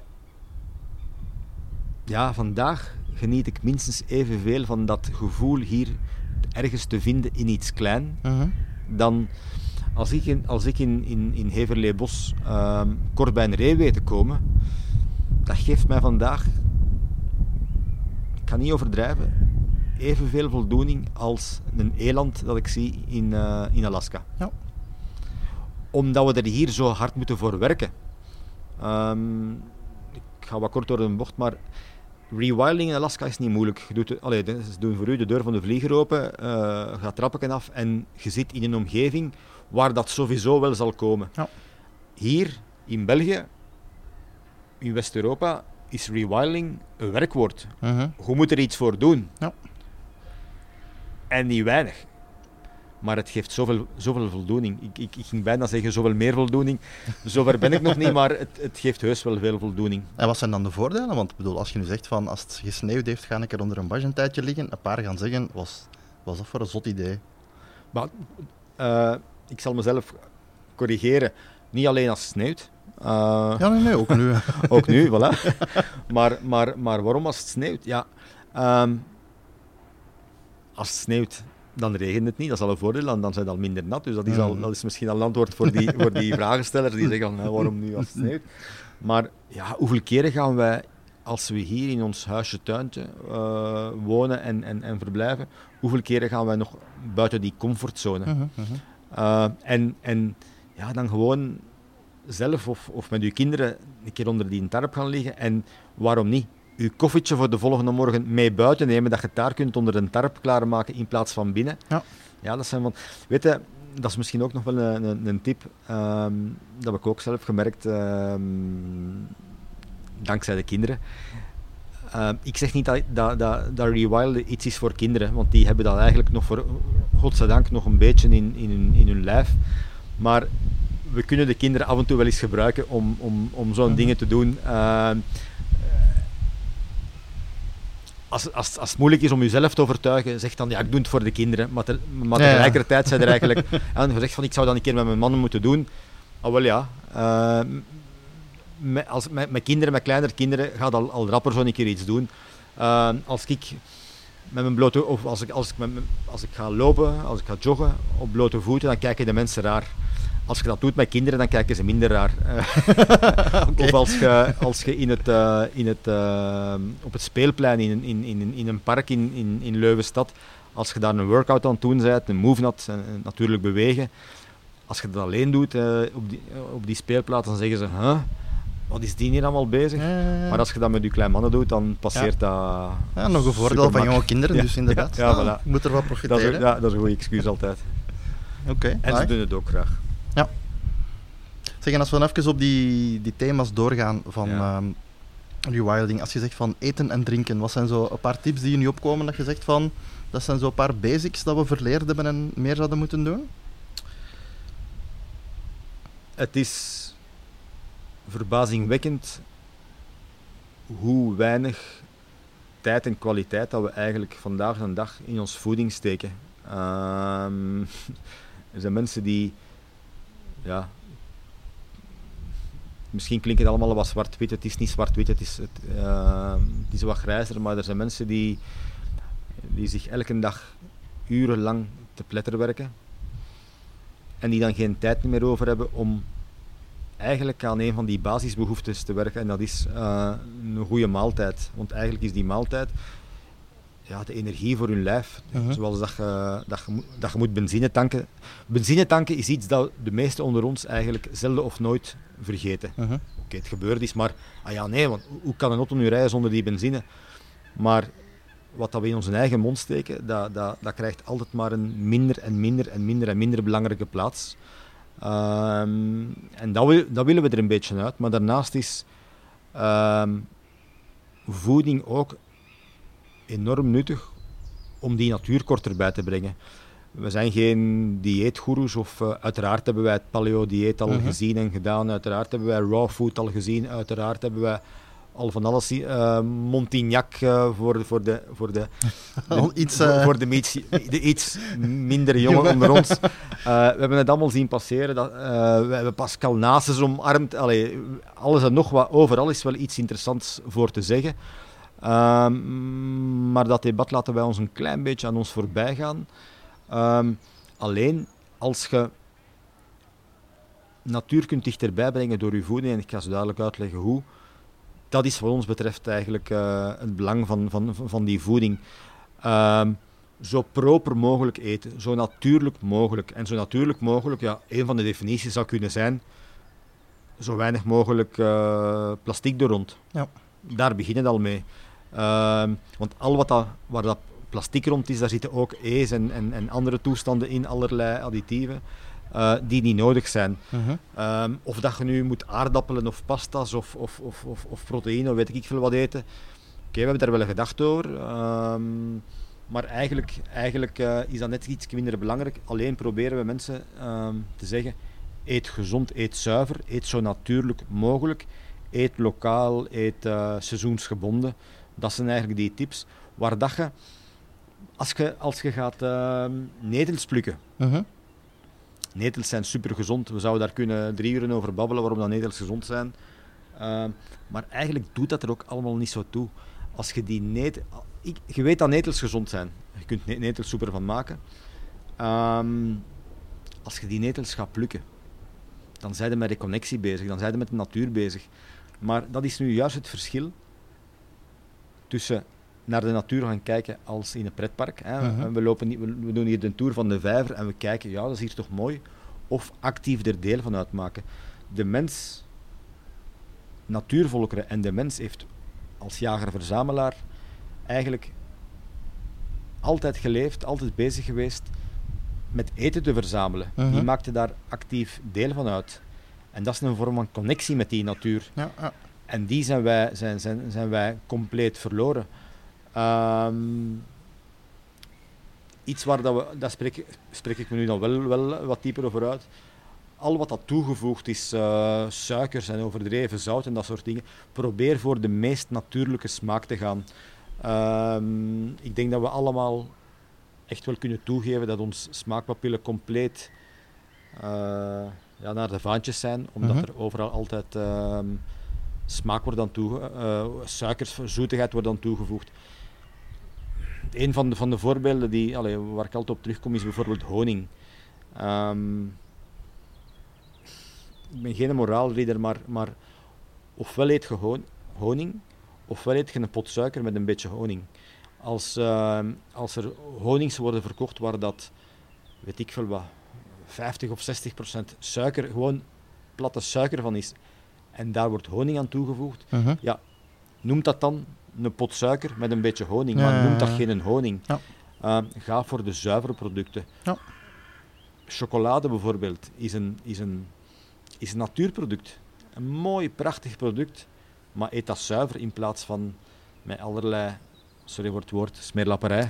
ja, vandaag geniet ik minstens evenveel van dat gevoel hier ergens te vinden in iets klein, dan als ik in Heverlee-Bos kort bij een ree weet te komen. Dat geeft mij vandaag, ik ga niet overdrijven, evenveel voldoening als een eland dat ik zie in Alaska. Ja. Omdat we er hier zo hard moeten voor werken. Ik ga wat kort door de bocht, maar rewilding in Alaska is niet moeilijk. Ze doen voor u de deur van de vlieger open, gaat trappen af en je zit in een omgeving waar dat sowieso wel zal komen. Ja. Hier in België, in West-Europa, is rewilding een werkwoord. Je moet er iets voor doen. Ja. En niet weinig. Maar het geeft zoveel voldoening. Ik ging bijna zeggen zoveel meer voldoening. Zover ben ik nog niet, maar het geeft heus wel veel voldoening. En wat zijn dan de voordelen? Want ik bedoel, als je nu zegt van als het gesneeuwd heeft, ga ik er onder een bash een tijdje liggen. Een paar gaan zeggen, was dat voor een zot idee? Maar, ik zal mezelf corrigeren. Niet alleen als het sneeuwt. Nee, ook nu. Ook nu, voilà. Maar waarom als het sneeuwt? Ja, als het sneeuwt, dan regent het niet. Dat is al een voordeel, dan zijn het al minder nat. Dus dat is misschien al een antwoord voor die vragenstellers die zeggen, waarom nu als het sneeuwt? Maar ja, hoeveel keren gaan wij, als we hier in ons huisje, tuintje wonen en verblijven, hoeveel keren gaan wij nog buiten die comfortzone? En ja, dan gewoon zelf of met uw kinderen een keer onder die tarp gaan liggen. En waarom niet? Uw koffietje voor de volgende morgen mee buiten nemen, dat je het daar kunt onder een tarp klaarmaken in plaats van binnen. Ja, dat zijn van... Weet je, dat is misschien ook nog wel een tip. Dat heb ik ook zelf gemerkt, dankzij de kinderen. Ik zeg niet dat rewilden iets is voor kinderen, want die hebben dat eigenlijk nog voor, godzijdank, nog een beetje in hun lijf. Maar we kunnen de kinderen af en toe wel eens gebruiken om zo'n dingen te doen. als het moeilijk is om jezelf te overtuigen, zeg dan, ja, ik doe het voor de kinderen. Maar tegelijkertijd zijn er eigenlijk... En je zegt van, ik zou dat een keer met mijn mannen moeten doen. Ah, wel ja. Met kinderen, met kleinere kinderen, gaat al rapper zo een keer iets doen. Als ik met mijn blote... Of als ik ga lopen, als ik ga joggen op blote voeten, dan kijken de mensen raar. Als je dat doet met kinderen, dan kijken ze minder raar. Okay. Of als je op het speelplein in een park in Leuvenstad, als je daar een workout aan het doen bent, een move-nat, natuurlijk bewegen. Als je dat alleen doet op die speelplaats, dan zeggen ze, wat is die hier allemaal bezig? Maar als je dat met je kleine mannen doet, dan passeert dat... Ja, nog een voordeel van jonge kinderen, dus inderdaad. Ja, voilà. Je moet er wel profiteren. Dat is een goede excuus altijd. Okay, en ze doen het ook graag. Ja. Zeg, en als we dan even op die thema's doorgaan van rewilding, als je zegt van eten en drinken, wat zijn zo een paar tips die je nu opkomen dat je zegt van, dat zijn zo een paar basics dat we verleerd hebben en meer zouden moeten doen? Het is verbazingwekkend hoe weinig tijd en kwaliteit dat we eigenlijk vandaag de dag in ons voeding steken. Er zijn mensen die... Ja, misschien klinkt het allemaal wat zwart-wit. Het is niet zwart-wit, het is wat grijzer. Maar er zijn mensen die zich elke dag urenlang te pletter werken. En die dan geen tijd meer over hebben om eigenlijk aan een van die basisbehoeftes te werken. En dat is een goede maaltijd. Want eigenlijk is die maaltijd de energie voor hun lijf. Zoals dat je moet benzine tanken. Benzine tanken is iets dat de meesten onder ons eigenlijk zelden of nooit vergeten. Oké, het gebeurt is, maar want hoe kan een auto nu rijden zonder die benzine? Maar wat dat we in onze eigen mond steken, dat krijgt altijd maar een minder belangrijke plaats. En dat willen we er een beetje uit. Maar daarnaast is voeding ook enorm nuttig om die natuurkort erbij te brengen. We zijn geen dieetgoeroes of uiteraard hebben wij het paleo-dieet al gezien en gedaan. Uiteraard hebben wij raw food al gezien. Uiteraard hebben wij al van alles Montignac voor de iets minder jongen onder ons. We hebben het allemaal zien passeren. We hebben Pascal Nases omarmd. Alles en nog wat. Overal is wel iets interessants voor te zeggen. Maar dat debat laten wij ons een klein beetje aan ons voorbij gaan. Alleen als je natuur kunt dichterbij brengen door je voeding, en ik ga zo dadelijk uitleggen hoe, dat is wat ons betreft eigenlijk het belang van die voeding. Zo proper mogelijk eten, zo natuurlijk mogelijk. En zo natuurlijk mogelijk, een van de definities zou kunnen zijn, zo weinig mogelijk plastic er rond. Ja. Daar begint het al mee. Want al waar dat plastic rond is, daar zitten ook E's en andere toestanden in, allerlei additieven, die niet nodig zijn. Of dat je nu moet aardappelen of pasta's of proteïne, of weet ik veel wat eten. Oké, we hebben daar wel gedacht over. Maar eigenlijk is dat net iets minder belangrijk. Alleen proberen we mensen te zeggen, eet gezond, eet zuiver, eet zo natuurlijk mogelijk. Eet lokaal, eet seizoensgebonden. Dat zijn eigenlijk die tips. Waar dat je, als je gaat netels plukken. Netels zijn super gezond. We zouden daar kunnen 3 uur over babbelen waarom dat netels gezond zijn. Maar eigenlijk doet dat er ook allemaal niet zo toe. Als je die je weet dat netels gezond zijn. Je kunt netelsoep ervan maken. Als je die netels gaat plukken, dan zijn je met de connectie bezig. Dan zijn je met de natuur bezig. Maar dat is nu juist het verschil tussen naar de natuur gaan kijken als in een pretpark. Hè. We doen hier de tour van de vijver en we kijken, dat is hier toch mooi. Of actief er deel van uitmaken. De mens, natuurvolkeren en de mens heeft als jager-verzamelaar eigenlijk altijd geleefd, altijd bezig geweest met eten te verzamelen. Die maakte daar actief deel van uit. En dat is een vorm van connectie met die natuur. Ja. En die zijn wij compleet verloren. Iets waar daar spreek ik me nu dan wel wat dieper over uit. Al wat dat toegevoegd is, suikers en overdreven zout en dat soort dingen, probeer voor de meest natuurlijke smaak te gaan. Ik denk dat we allemaal echt wel kunnen toegeven dat ons smaakpapillen compleet naar de vaantjes zijn, omdat er overal altijd smaak wordt aan suikers, zoetigheid wordt aan toegevoegd. Een van de voorbeelden waar ik altijd op terugkom is bijvoorbeeld honing. Ik ben geen moraalridder, maar ofwel eet je honing, ofwel eet je een pot suiker met een beetje honing. Als er honings worden verkocht waar dat, weet ik veel wat, 50 of 60% suiker, gewoon platte suiker van is, en daar wordt honing aan toegevoegd, ja, noemt dat dan een pot suiker met een beetje honing, maar noemt dat geen honing. Ja. Ga voor de zuivere producten. Ja. Chocolade bijvoorbeeld is een natuurproduct. Een mooi, prachtig product, maar eet dat zuiver in plaats van met allerlei, sorry voor het woord, smeerlapperij.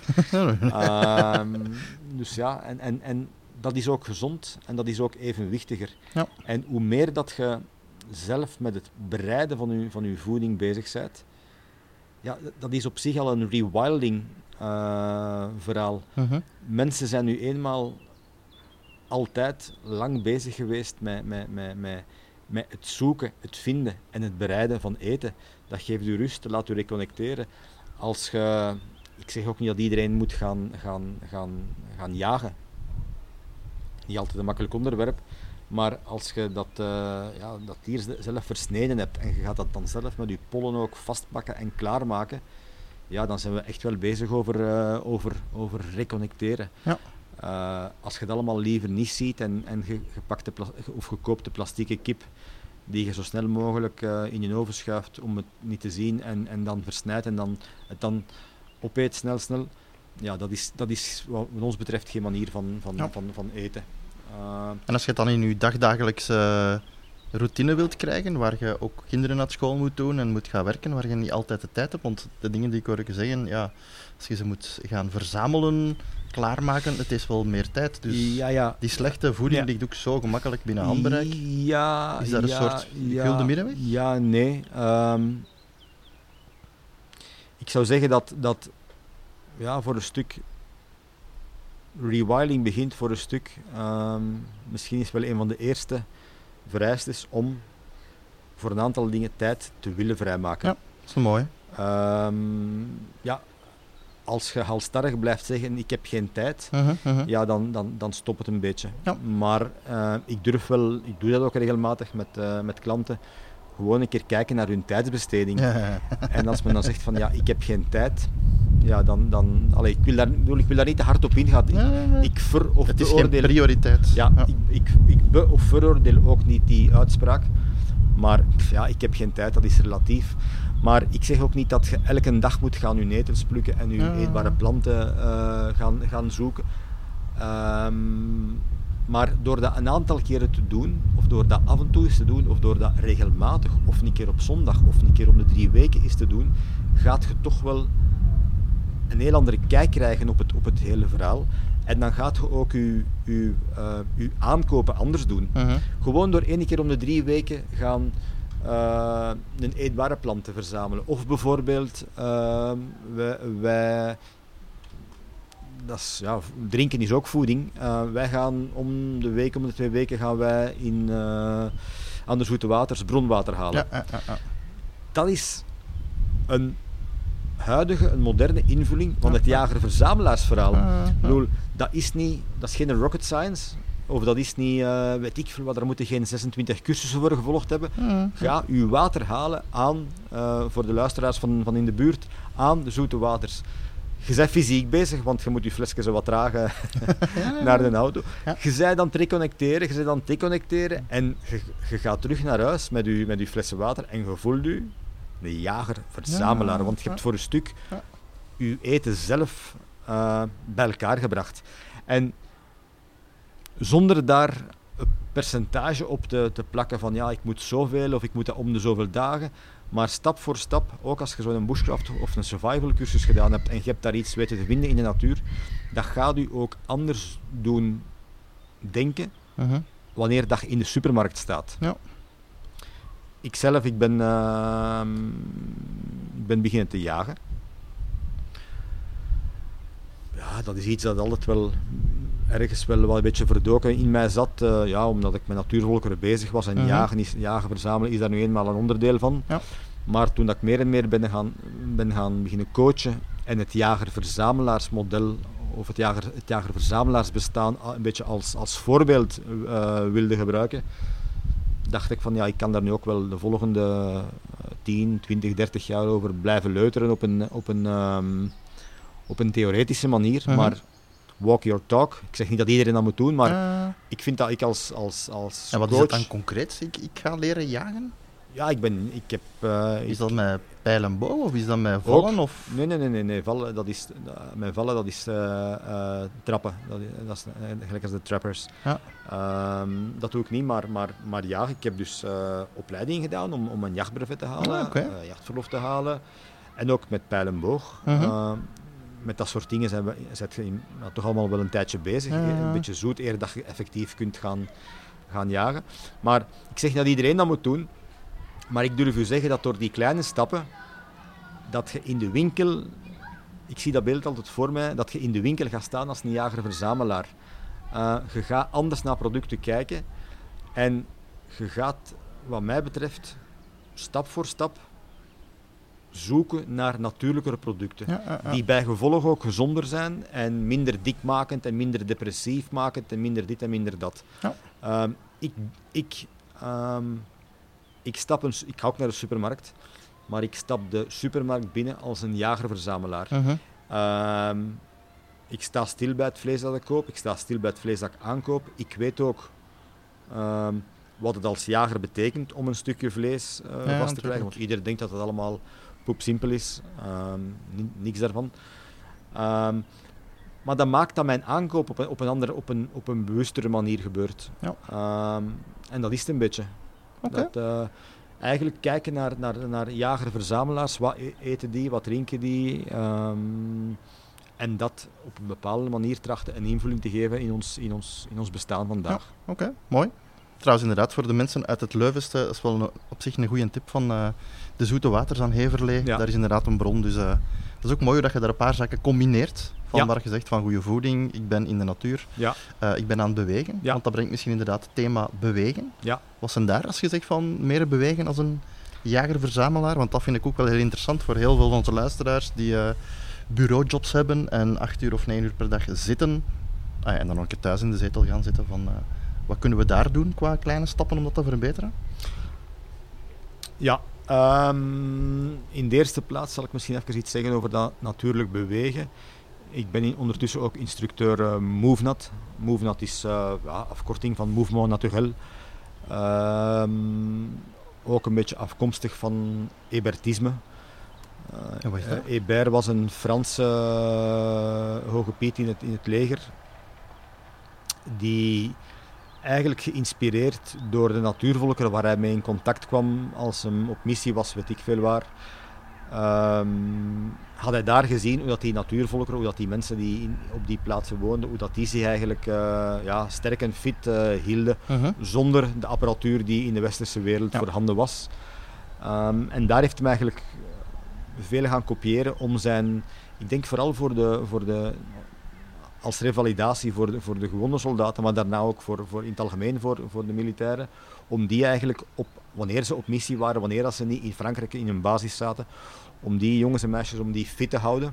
Dus ja, en dat is ook gezond en dat is ook evenwichtiger. Ja. En hoe meer dat je zelf met het bereiden van je voeding bezig bent, ja, dat is op zich al een rewilding verhaal. Mensen zijn nu eenmaal altijd lang bezig geweest met het zoeken, het vinden en het bereiden van eten. Dat geeft u rust, laat u reconnecteren. Ik zeg ook niet dat iedereen moet gaan jagen. Niet altijd een makkelijk onderwerp, maar als je dat dier zelf versneden hebt en je gaat dat dan zelf met je pollen ook vastpakken en klaarmaken, ja, dan zijn we echt wel bezig over reconnecteren. Ja. Als je het allemaal liever niet ziet en je koopt de plastieke kip die je zo snel mogelijk in je oven schuift om het niet te zien en dan versnijdt en dan het dan opeet snel. Ja, dat is wat ons betreft geen manier van eten. En als je het dan in je dagdagelijkse routine wilt krijgen, waar je ook kinderen naar school moet doen en moet gaan werken, waar je niet altijd de tijd hebt, want de dingen die ik hoor zeggen, ja, als je ze moet gaan verzamelen, klaarmaken, het is wel meer tijd. Dus die slechte voeding ligt ook zo gemakkelijk binnen handbereik. Ja, is dat een soort gulden middenweg? Ja, nee. Ik zou zeggen dat voor een stuk rewilding begint voor een stuk. Misschien is wel een van de eerste vereistes om voor een aantal dingen tijd te willen vrijmaken. Ja, dat is mooi. Als je halstarrig blijft zeggen, ik heb geen tijd, ja, dan stopt het een beetje. Ja. Maar ik doe dat ook regelmatig met klanten, gewoon een keer kijken naar hun tijdsbesteding. Ja. En als men dan zegt van, ja, ik heb geen tijd, ja, ik wil daar niet te hard op ingaan. Het is geen prioriteit. Ja, ja. Ik be- of veroordeel ook niet die uitspraak. Maar ja, ik heb geen tijd, dat is relatief. Maar ik zeg ook niet dat je elke dag moet gaan je netels plukken en je eetbare planten gaan zoeken. Maar door dat een aantal keren te doen, of door dat af en toe eens te doen, of door dat regelmatig, of een keer op zondag, of een keer om de 3 weken eens te doen, gaat je toch wel een heel andere kijk krijgen op het hele verhaal. En dan gaat je ook je aankopen anders doen. Gewoon door 1 keer om de 3 weken gaan een eetbare plant te verzamelen. Of bijvoorbeeld, drinken is ook voeding. Wij gaan om de 2 weken gaan wij aan de zoete waters bronwater halen. Ja. Dat is een moderne invulling van het jager-verzamelaarsverhaal. Dat is geen rocket science, of dat is niet, weet ik veel wat, daar moeten geen 26 cursussen voor gevolgd hebben. Ga uw water halen aan, voor de luisteraars van in de buurt, aan de zoete waters. Je bent fysiek bezig, want je moet je flesje zo wat dragen naar de auto. Ja. Je bent aan het reconnecteren, en je gaat terug naar huis met je flessen water en je voelt je een jager-verzamelaar, want je hebt voor een stuk je eten zelf bij elkaar gebracht. En zonder daar een percentage op te plakken van ja, ik moet zoveel of ik moet dat om de zoveel dagen, maar stap voor stap, ook als je zo'n bushcraft of een survival cursus gedaan hebt en je hebt daar iets weten te vinden in de natuur, dat gaat u ook anders doen denken wanneer dat je in de supermarkt staat. Ja. Ik ben beginnen te jagen. Ja, dat is iets dat altijd wel ergens wel een beetje verdoken in mij zat. Omdat ik met natuurvolkeren bezig was en jagen verzamelen is daar nu eenmaal een onderdeel van. Ja. Maar toen dat ik meer en meer ben gaan beginnen coachen en het jager-verzamelaarsmodel of het jager-verzamelaarsbestaan een beetje als voorbeeld wilde gebruiken, dacht ik van ja, ik kan daar nu ook wel de volgende 10, 20, 30 jaar over blijven leuteren op een theoretische manier. Maar walk your talk. Ik zeg niet dat iedereen dat moet doen, maar ik vind dat ik als En wat coach... is het dan concreet? Ik ga leren jagen? Ja, ik heb... Is dat met pijl en boog of is dat met vallen? Of? Nee. Vallen, met vallen, dat is trappen. Dat is gelijk als de trappers. Ja. Dat doe ik niet, maar ja, ik heb dus opleiding gedaan om een jachtbrevet te halen, jachtverlof te halen. En ook met pijl en boog. Met dat soort dingen zijn je toch allemaal wel een tijdje bezig. Een beetje zoet, eer dat je effectief kunt gaan jagen. Maar ik zeg niet dat iedereen dat moet doen. Maar ik durf u zeggen dat door die kleine stappen, dat je in de winkel, ik zie dat beeld altijd voor mij, dat je in de winkel gaat staan als een jager-verzamelaar. Je gaat anders naar producten kijken en je gaat, wat mij betreft, stap voor stap zoeken naar natuurlijkere producten. Die bij gevolg ook gezonder zijn en minder dikmakend en minder depressief makend en minder dit en minder dat. Ja. Ik ga ook naar de supermarkt, maar ik stap de supermarkt binnen als een jager-verzamelaar. Ik sta stil bij het vlees dat ik koop, ik sta stil bij het vlees dat ik aankoop. Ik weet ook wat het als jager betekent om een stukje vlees vast te krijgen. Want iedereen denkt dat het allemaal poepsimpel is, niks daarvan. Maar dat maakt dat mijn aankoop op een bewustere manier gebeurt. Ja. En dat is het een beetje. Okay. Eigenlijk kijken naar jager-verzamelaars, wat eten die, wat drinken die, en dat op een bepaalde manier trachten een invulling te geven in ons bestaan vandaag. Ja, Oké, mooi. Trouwens, inderdaad, voor de mensen uit het Leuvenste, dat is wel op zich een goede tip van de zoete waters aan Heverlee. Ja. Daar is inderdaad een bron, dus dat is ook mooi dat je daar een paar zaken combineert. Van waar je zegt van goede voeding, ik ben in de natuur, ik ben aan het bewegen. Ja. Want dat brengt misschien inderdaad het thema bewegen. Ja. Wat zijn daar, als je zegt van meer bewegen als een jager-verzamelaar? Want dat vind ik ook wel heel interessant voor heel veel van onze luisteraars die bureaujobs hebben en 8 uur of 9 uur per dag zitten. En dan nog een keer thuis in de zetel gaan zitten van wat kunnen we daar doen qua kleine stappen om dat te verbeteren? Ja, in de eerste plaats zal ik misschien even iets zeggen over dat natuurlijk bewegen. Ik ben ondertussen ook instructeur MoveNat. MoveNat is afkorting van Mouvement Naturel. Ook een beetje afkomstig van Hébertisme. Hébert was een Franse hoge piet in het leger, die eigenlijk geïnspireerd door de natuurvolkeren waar hij mee in contact kwam als hij op missie was, weet ik veel waar, had hij daar gezien hoe dat die natuurvolkeren, hoe dat die mensen die op die plaatsen woonden, hoe dat die zich eigenlijk sterk en fit hielden, zonder de apparatuur die in de westerse wereld voorhanden was. En daar heeft hij eigenlijk veel gaan kopiëren om zijn, ik denk vooral voor de als revalidatie voor de gewonde soldaten, maar daarna ook voor in het algemeen voor de militairen, om die eigenlijk wanneer ze op missie waren, wanneer ze niet in Frankrijk in een basis zaten, om die jongens en meisjes fit te houden.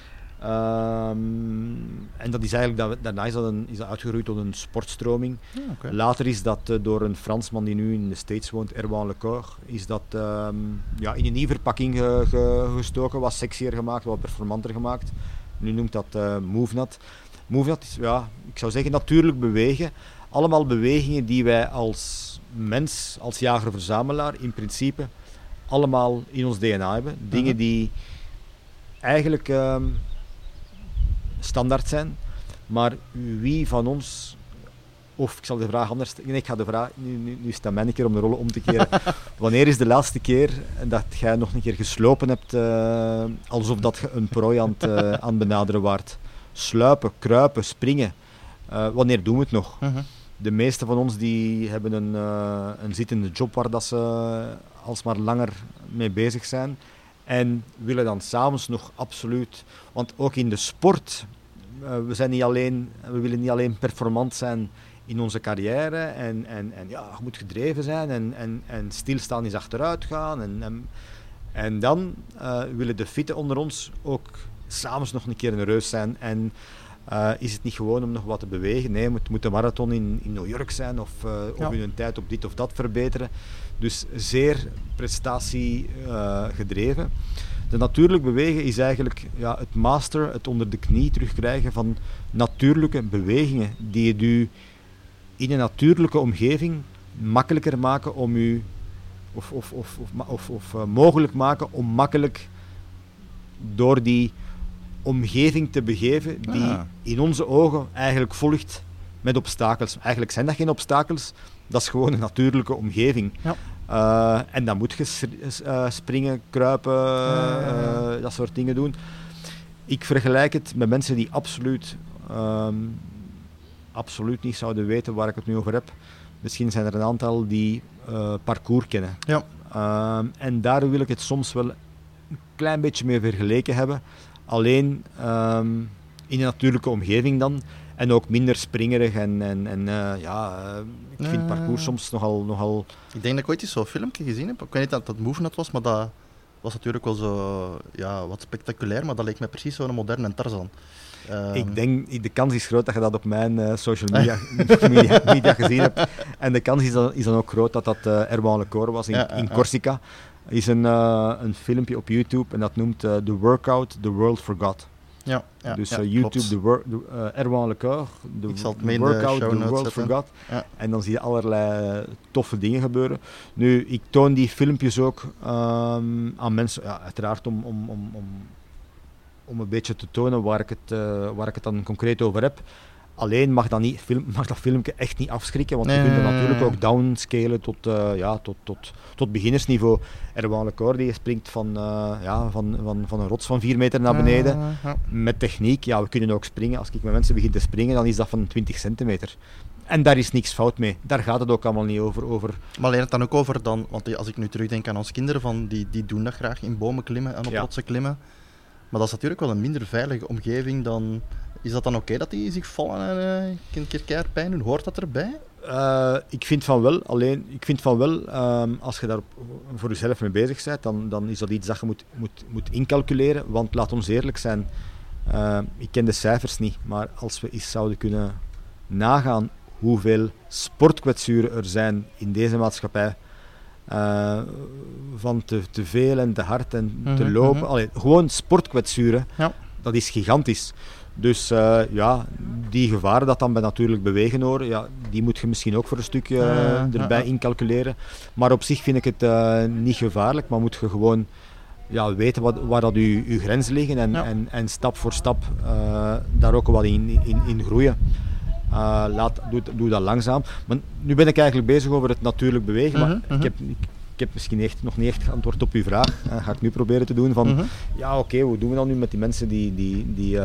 En dat is eigenlijk, daarna is dat uitgegroeid tot een sportstroming. Later is dat door een Fransman die nu in de States woont, Erwan Lecor, is dat in een nieuwe verpakking gestoken, wat sexier gemaakt, wat performanter gemaakt. Nu noemt dat MoveNat. MoveNat is, ik zou zeggen, natuurlijk bewegen. Allemaal bewegingen die wij als mens, als jager-verzamelaar, in principe allemaal in ons DNA hebben. Dingen die eigenlijk standaard zijn. Maar wie van ons, of ik zal de vraag anders stellen. Nee, ik ga de vraag, nu is het aan mij een keer om de rollen om te keren. Wanneer is de laatste keer dat jij nog een keer geslopen hebt, alsof dat je een prooi aan het benaderen waart? Sluipen, kruipen, springen. Wanneer doen we het nog? De meeste van ons die hebben een zittende job waar dat ze alsmaar langer mee bezig zijn. En willen dan s'avonds nog absoluut... Want ook in de sport we willen niet alleen performant zijn in onze carrière en ja, je moet gedreven zijn en stilstaan is achteruit gaan. En dan willen de fitte onder ons ook s'avonds nog een keer een reus zijn. En is het niet gewoon om nog wat te bewegen? Nee, het moet een marathon in New York zijn of hun tijd op dit of dat verbeteren. Dus zeer prestatie gedreven. De natuurlijk bewegen is eigenlijk het master, het onder de knie terugkrijgen van natuurlijke bewegingen die het u in een natuurlijke omgeving makkelijker maken om u of mogelijk maken om makkelijk door die omgeving te begeven die in onze ogen eigenlijk volgt met obstakels. Eigenlijk zijn dat geen obstakels, dat is gewoon een natuurlijke omgeving. Ja. En dan moet je springen, kruipen, dat soort dingen doen. Ik vergelijk het met mensen die absoluut niet zouden weten waar ik het nu over heb. Misschien zijn er een aantal die parcours kennen. Ja. En daar wil ik het soms wel een klein beetje mee vergeleken hebben. Alleen in een natuurlijke omgeving dan. En ook minder springerig ik vind parcours soms nogal... Ik denk dat ik ooit eens zo'n filmpje gezien heb. Ik weet niet dat het MoveNet was, maar dat was natuurlijk wel zo wat spectaculair, maar dat leek me precies zo'n moderne Tarzan. Ik denk, de kans is groot dat je dat op mijn social media gezien hebt. En de kans is dan ook groot dat Erwan Le Corre was in Corsica. Er is een filmpje op YouTube en dat noemt The Workout the World Forgot. Dus YouTube, Erwan Le Corre, The Workout the World Forgot. Ja. En dan zie je allerlei toffe dingen gebeuren. Nu, ik toon die filmpjes ook aan mensen, uiteraard om een beetje te tonen waar ik het dan concreet over heb. Alleen mag dat filmpje echt niet afschrikken, want je kunt het natuurlijk ook downscalen tot beginnersniveau. Erwan Le Corre die springt van een rots van 4 meter naar beneden met techniek. Ja, we kunnen ook springen. Als ik met mensen begin te springen, dan is dat van 20 centimeter. En daar is niks fout mee. Daar gaat het ook allemaal niet over. Maar leer het dan ook over dan, want als ik nu terugdenk aan onze kinderen, die doen dat graag in bomen klimmen en op rotsen klimmen. Maar dat is natuurlijk wel een minder veilige omgeving dan... Is dat dan oké dat die zich vallen en een keer keihard pijn doen? Hoort dat erbij? Ik vind van wel. Alleen, als je daar voor jezelf mee bezig bent, dan is dat iets dat je moet incalculeren. Want laat ons eerlijk zijn, ik ken de cijfers niet, maar als we eens zouden kunnen nagaan hoeveel sportkwetsuren er zijn in deze maatschappij, van te veel en te hard en te lopen. Allee, gewoon sportkwetsuren, dat is gigantisch. Dus die gevaren dat dan bij natuurlijk bewegen horen, die moet je misschien ook voor een stukje erbij incalculeren. Maar op zich vind ik het niet gevaarlijk, maar moet je gewoon weten waar dat uw grenzen liggen en stap voor stap daar ook wat in groeien. Doe dat langzaam. Maar nu ben ik eigenlijk bezig over het natuurlijk bewegen, maar ik heb misschien nog niet echt geantwoord op uw vraag. Ga ik nu proberen te doen van, hoe doen we dat nu met die mensen die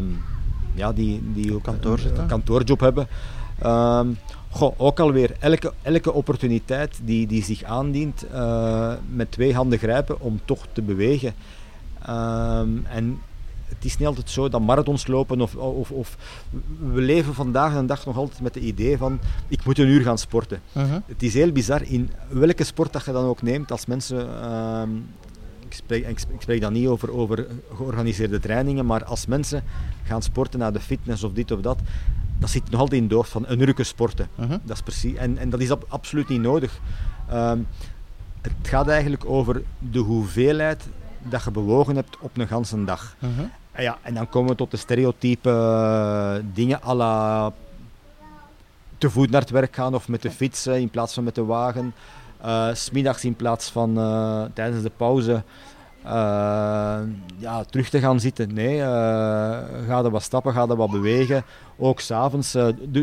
ook een kantoorjob hebben. Ook alweer, elke opportuniteit die zich aandient, met 2 handen grijpen om toch te bewegen. En het is niet altijd zo dat marathons lopen of we leven vandaag de dag nog altijd met het idee van ik moet 1 uur gaan sporten. Het is heel bizar in welke sport dat je dan ook neemt als mensen, ik spreek dan niet over georganiseerde trainingen, maar als mensen gaan sporten naar de fitness of dit of dat zit nog altijd in de hoofd van 1 uur sporten. Dat is precies, en dat is absoluut niet nodig. Het gaat eigenlijk over de hoeveelheid dat je bewogen hebt op een ganse dag. En dan komen we tot de stereotype dingen à la te voet naar het werk gaan of met de fiets in plaats van met de wagen. 's Middags in plaats van tijdens de pauze terug te gaan zitten. Nee, ga er wat stappen, ga er wat bewegen. Ook 's avonds.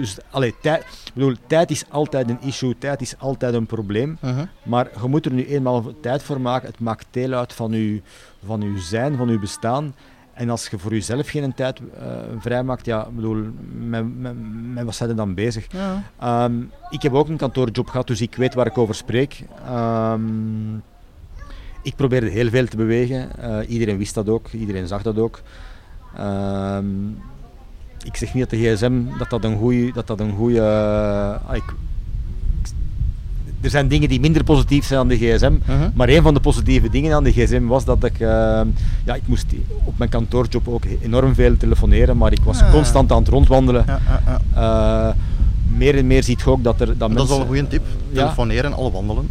Tijd is altijd een issue, tijd is altijd een probleem. Maar je moet er nu eenmaal tijd voor maken. Het maakt deel uit van uw zijn, van uw bestaan. En als je voor jezelf geen tijd vrijmaakt, met wat zijn er dan bezig? Ik heb ook een kantoorjob gehad, dus ik weet waar ik over spreek. Ik probeerde heel veel te bewegen. Iedereen wist dat ook, iedereen zag dat ook. ik zeg niet dat de gsm een goede er zijn dingen die minder positief zijn aan de gsm, maar een van de positieve dingen aan de gsm was dat ik moest op mijn kantoorjob ook enorm veel telefoneren, maar ik was constant aan het rondwandelen. Meer en meer ziet je ook dat mensen... Dat is wel een goede tip, telefoneren, al wandelen.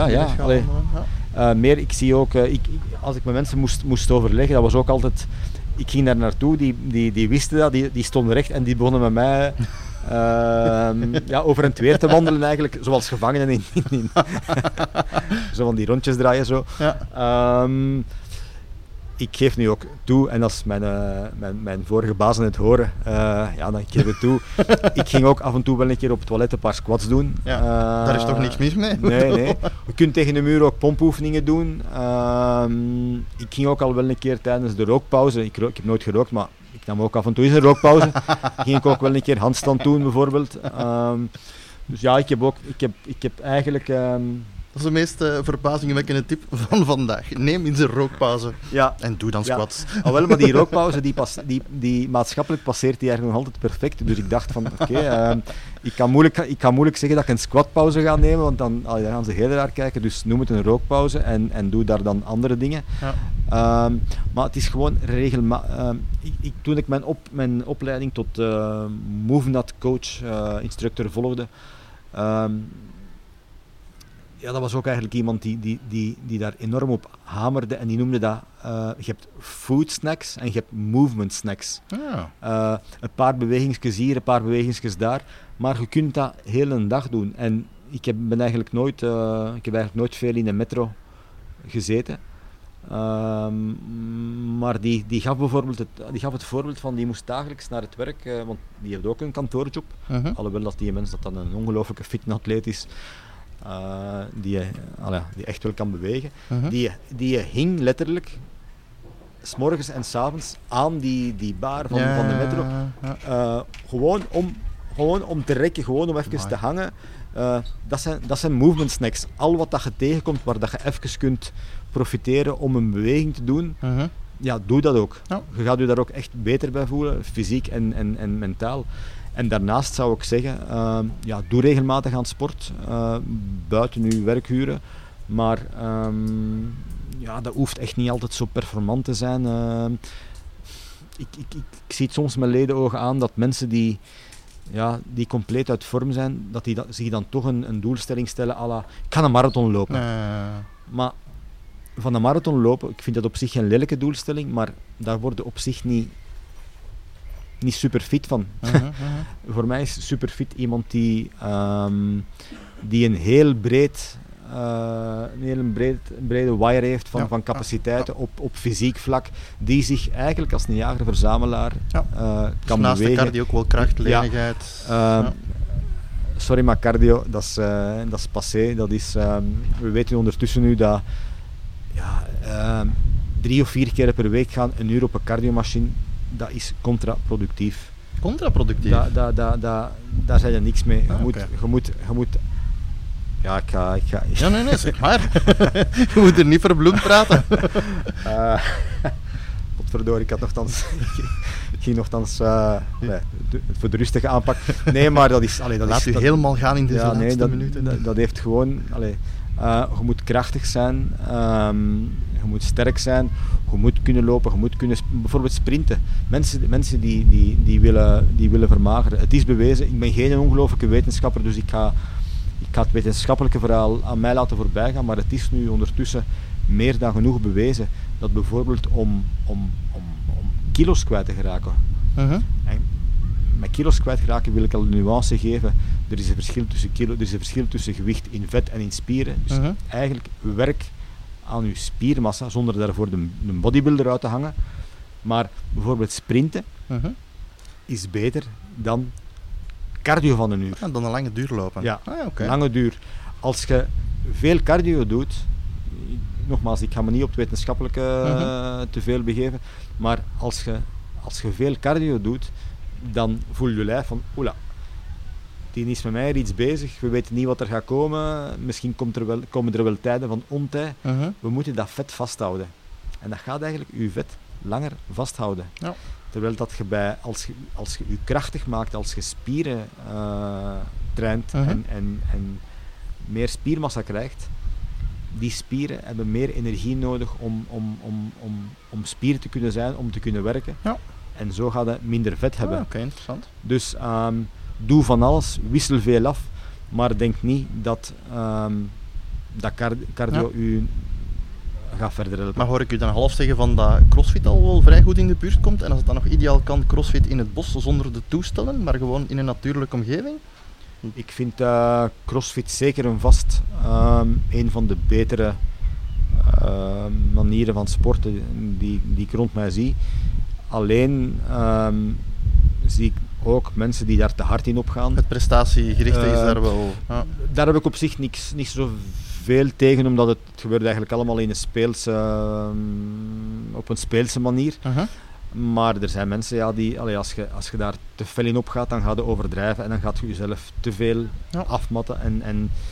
Ik zie ook, als ik met mensen moest overleggen, dat was ook altijd... Ik ging daar naartoe, die wisten dat, die stonden recht en die begonnen met mij... over en het weer te wandelen eigenlijk, zoals gevangenen in zo van die rondjes draaien zo. Ik geef nu ook toe, en als mijn vorige bazen het horen, dan geef ik toe. Ik ging ook af en toe wel een keer op het toilet een paar squats doen. Daar is toch niks mis mee? Nee. Je kunt tegen de muur ook pompoefeningen doen. Ik ging ook al wel een keer tijdens de rookpauze, ik heb nooit gerookt, maar ik nam ook af en toe eens een rookpauze. Ging ik ook wel een keer handstand doen bijvoorbeeld. Dus ja, ik heb eigenlijk... Dat is de meest verbazingwekkende tip van vandaag. Neem eens een rookpauze en doe dan squats. Wel, maar die rookpauze, die maatschappelijk passeert die eigenlijk nog altijd perfect. Dus ik dacht van, ik kan moeilijk zeggen dat ik een squatpauze ga nemen, want dan gaan ze heel raar kijken. Dus noem het een rookpauze en doe daar dan andere dingen. Maar het is gewoon regelmatig. Toen ik mijn opleiding tot MoveNut coach, instructor volgde, dat was ook eigenlijk iemand die daar enorm op hamerde en die noemde dat, je hebt food snacks en je hebt movement snacks. Een paar bewegingsjes hier, een paar bewegingsjes daar, maar je kunt dat heel een dag doen. En ik heb eigenlijk nooit veel in de metro gezeten. Maar die gaf het voorbeeld van, die moest dagelijks naar het werk, want die heeft ook een kantoorjob, alhoewel dat die mens dat dan een ongelooflijke fitness-atleet is. Die echt wel kan bewegen. Die hing letterlijk 's morgens en 's avonds aan die bar van de metro. Gewoon om te rekken, gewoon om even te hangen. Dat zijn movement snacks. Al wat dat je tegenkomt waar dat je even kunt profiteren om een beweging te doen, doe dat ook. Je gaat je daar ook echt beter bij voelen, fysiek en mentaal. En daarnaast zou ik zeggen, doe regelmatig aan sport, buiten uw werkuren. Maar dat hoeft echt niet altijd zo performant te zijn. Ik zie het soms met ledenogen aan dat mensen die compleet uit vorm zijn, dat die zich dan toch een doelstelling stellen à la, ik ga een marathon lopen. Maar van een marathon lopen, ik vind dat op zich geen lelijke doelstelling, maar daar worden op zich niet super fit van. Voor mij is super fit iemand die een heel brede wire heeft van capaciteiten op fysiek vlak, die zich eigenlijk als een jager-verzamelaar kan naast bewegen. de cardio ook wel kracht, lenigheid. Sorry, maar cardio, dat is passé. We weten ondertussen nu dat 3 of 4 keer per week gaan, 1 uur op een cardiomachine, dat is contraproductief. Contraproductief? Daar zijn je niks mee. Je moet Nee, zeg maar. Je moet er niet verbloemd praten. Godverdorie, ik ging nogthans voor de rustige aanpak. Nee, maar dat is... Laat u helemaal gaan in deze laatste minuten. Dat heeft gewoon... je moet krachtig zijn, je moet sterk zijn, je moet kunnen lopen, je moet kunnen bijvoorbeeld sprinten. Mensen die willen vermageren. Het is bewezen, ik ben geen ongelooflijke wetenschapper, dus ik ga het wetenschappelijke verhaal aan mij laten voorbij gaan, maar het is nu ondertussen meer dan genoeg bewezen dat bijvoorbeeld om kilo's kwijt te geraken. En met kilo's kwijtraken wil ik al een nuance geven. Er is een verschil tussen gewicht in vet en in spieren. Dus eigenlijk werk aan je spiermassa zonder daarvoor een bodybuilder uit te hangen. Maar bijvoorbeeld sprinten is beter dan cardio van 1 uur. Ja, dan een lange duur lopen. Ja, lange duur. Als je veel cardio doet, nogmaals, ik ga me niet op het wetenschappelijke te veel begeven, maar als je veel cardio doet, dan voel je lijf van, oela, die is met mij er iets bezig, we weten niet wat er gaat komen, misschien komen er wel tijden van ontij, we moeten dat vet vasthouden. En dat gaat eigenlijk je vet langer vasthouden. Terwijl dat je als je krachtig maakt, als je spieren traint en meer spiermassa krijgt, die spieren hebben meer energie nodig om spier te kunnen zijn, om te kunnen werken. Ja. En zo gaat het minder vet hebben. Oké, interessant. Dus doe van alles, wissel veel af, maar denk niet dat cardio u gaat verder helpen. Maar hoor ik u dan half zeggen van dat CrossFit al wel vrij goed in de buurt komt, en als het dan nog ideaal kan, CrossFit in het bos zonder de toestellen, maar gewoon in een natuurlijke omgeving? Ik vind CrossFit zeker een van de betere manieren van sporten die ik rond mij zie. Alleen zie ik ook mensen die daar te hard in opgaan. Het prestatiegerichte is daar wel... Ja. Daar heb ik op zich niet zo veel tegen, omdat het gebeurt eigenlijk allemaal in op een speelse manier. Maar er zijn mensen die, als je daar te fel in opgaat, dan gaat je overdrijven en dan gaat je jezelf te veel afmatten.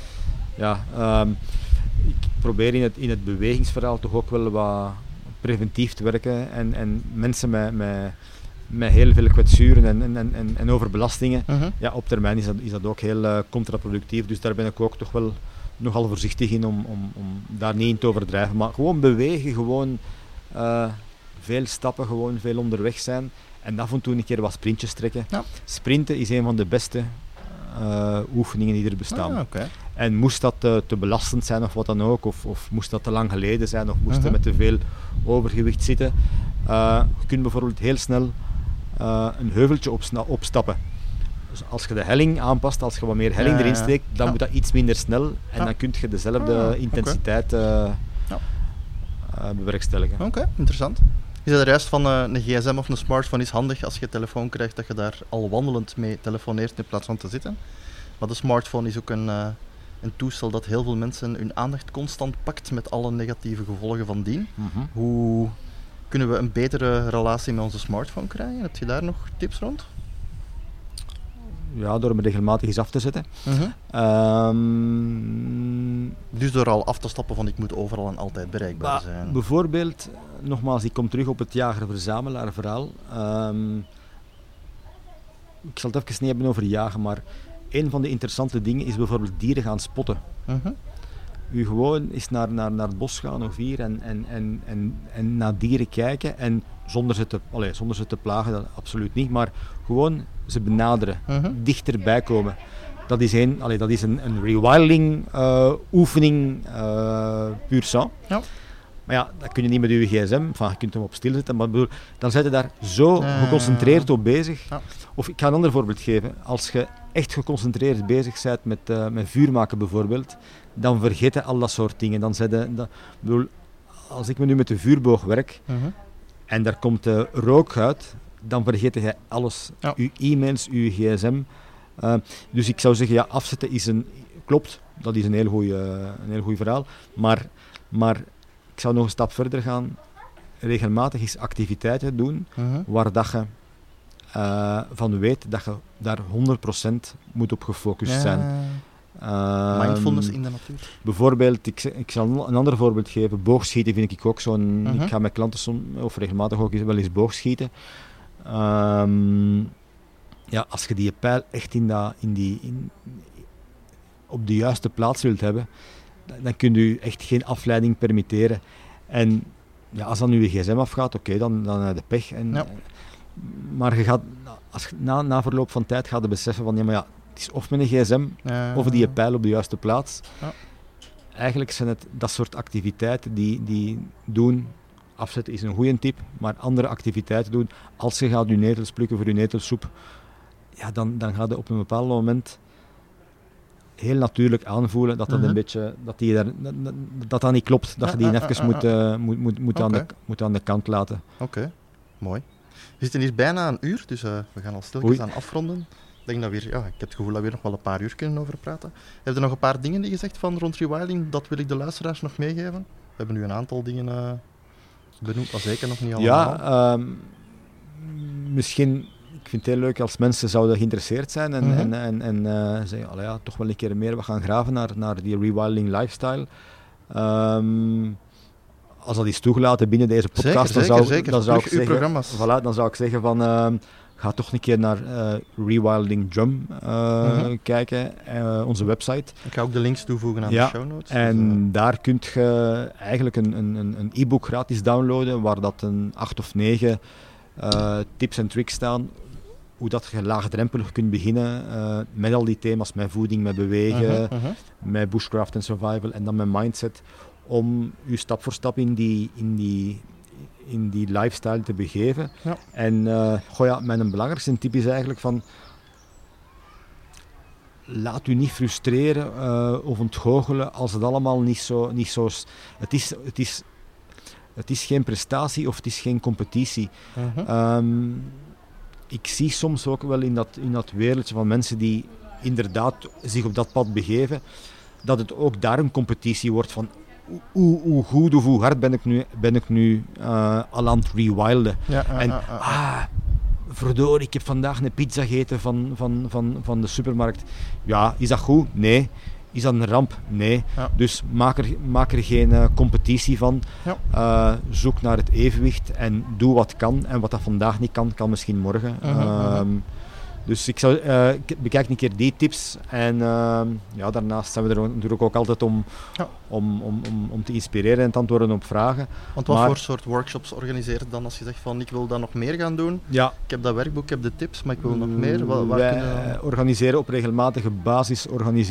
Ik probeer in het bewegingsverhaal toch ook wel wat preventief te werken en mensen met heel veel kwetsuren en overbelastingen. Op termijn is dat ook heel contraproductief, dus daar ben ik ook toch wel nogal voorzichtig in om daar niet in te overdrijven. Maar gewoon bewegen, gewoon veel stappen, gewoon veel onderweg zijn en af en toe een keer wat sprintjes trekken. Ja. Sprinten is een van de beste oefeningen die er bestaan. En moest dat te belastend zijn of wat dan ook, of moest dat te lang geleden zijn, of moest je met te veel overgewicht zitten, je kunt bijvoorbeeld heel snel een heuveltje opstappen. Dus als je de helling aanpast, als je wat meer helling erin steekt, dan moet dat iets minder snel en dan kun je dezelfde intensiteit bewerkstelligen. Oké, interessant. Je zei er juist van een gsm of een smartphone is handig als je een telefoon krijgt, dat je daar al wandelend mee telefoneert in plaats van te zitten. Maar de smartphone is ook een toestel dat heel veel mensen hun aandacht constant pakt met alle negatieve gevolgen van dien. Hoe kunnen we een betere relatie met onze smartphone krijgen? Heb je daar nog tips rond? Ja, door hem regelmatig eens af te zetten. Dus door al af te stappen van ik moet overal en altijd bereikbaar zijn. Bijvoorbeeld, nogmaals, ik kom terug op het jager-verzamelaar verhaal. Ik zal het even niet hebben over jagen, maar een van de interessante dingen is bijvoorbeeld dieren gaan spotten. U gewoon eens naar het bos gaan of hier en naar dieren kijken en zonder ze te plagen, dat absoluut niet, maar gewoon ze benaderen, dichterbij komen. Dat is een rewilding oefening puur sang. Ja. Maar ja, dat kun je niet met uw gsm, je kunt hem op stil zetten, maar dan zit je daar zo geconcentreerd op bezig. Ja. Of ik ga een ander voorbeeld geven. Als je echt geconcentreerd bezig bent met vuur maken bijvoorbeeld, dan vergeet je al dat soort dingen. Als ik nu met de vuurboog werk en daar komt rook uit, dan vergeet je alles. Ja. Uw e-mails, uw gsm. Dus ik zou zeggen, afzetten klopt, dat is een heel goed verhaal. Maar ik zou nog een stap verder gaan. Regelmatig eens activiteiten doen waar dat je van weet dat je daar 100% moet op gefocust zijn. Mindfulness in de natuur. Bijvoorbeeld, ik zal een ander voorbeeld geven. Boogschieten vind ik ook zo'n... Ik ga met klanten of regelmatig ook wel eens boogschieten. Als je die pijl echt op de juiste plaats wilt hebben, dan kun je echt geen afleiding permitteren. En als dan je gsm afgaat, dan heb je pech. Maar je gaat, na verloop van tijd gaat je beseffen van het is of met een gsm of die pijl op de juiste plaats. Ja. Eigenlijk zijn het dat soort activiteiten die doen. Afzetten is een goede tip, maar andere activiteiten doen. Als je gaat je netels plukken voor je netelsoep, dan gaat je op een bepaald moment heel natuurlijk aanvoelen dat dat een beetje dat niet klopt, dat je die even moet aan de kant laten. Oké, mooi. We zitten hier bijna een uur, dus we gaan al stilletjes aan afronden. Ik denk dat ik heb het gevoel dat we hier nog wel een paar uur kunnen over praten. Heb je nog een paar dingen die je zegt van rond rewilding? Dat wil ik de luisteraars nog meegeven. We hebben nu een aantal dingen benoemd, maar zeker nog niet allemaal. Misschien, ik vind het heel leuk als mensen zouden geïnteresseerd zijn en zeggen, toch wel een keer meer gaan graven naar die rewilding lifestyle. als dat is toegelaten binnen deze podcast, dan zou ik zeggen, voilà, dan zou ik zeggen van ga toch een keer naar Rewilding Drum kijken, onze website. Ik ga ook de links toevoegen aan de show notes. En daar kun je eigenlijk een e-book gratis downloaden, waar dat een 8 of 9 tips en tricks staan, hoe dat je laagdrempelig kunt beginnen met al die thema's, met voeding, met bewegen, met bushcraft en survival en dan met mindset, om je stap voor stap in die lifestyle te begeven. Ja. En mijn belangrijkste tip is eigenlijk van, laat u niet frustreren of ontgoochelen als het allemaal niet zo het is geen prestatie of het is geen competitie. Ik zie soms ook wel in dat wereldje van mensen die inderdaad zich op dat pad begeven, dat het ook daar een competitie wordt van hoe goed of hoe hard ben ik nu al aan het rewilden. Verdorie, ik heb vandaag een pizza gegeten van de supermarkt. Ja, is dat goed? Nee. Is dat een ramp? Nee. Ja. Dus maak er geen competitie van. Ja. Zoek naar het evenwicht en doe wat kan. En wat dat vandaag niet kan misschien morgen. Dus ik zou bekijk een keer die tips. En daarnaast zijn we er natuurlijk ook altijd om te inspireren en te antwoorden op vragen. Want wat voor soort workshops organiseer je dan als je zegt van ik wil dan nog meer gaan doen? Ja. Ik heb dat werkboek, ik heb de tips, maar ik wil nog meer. Wij organiseren op regelmatige basis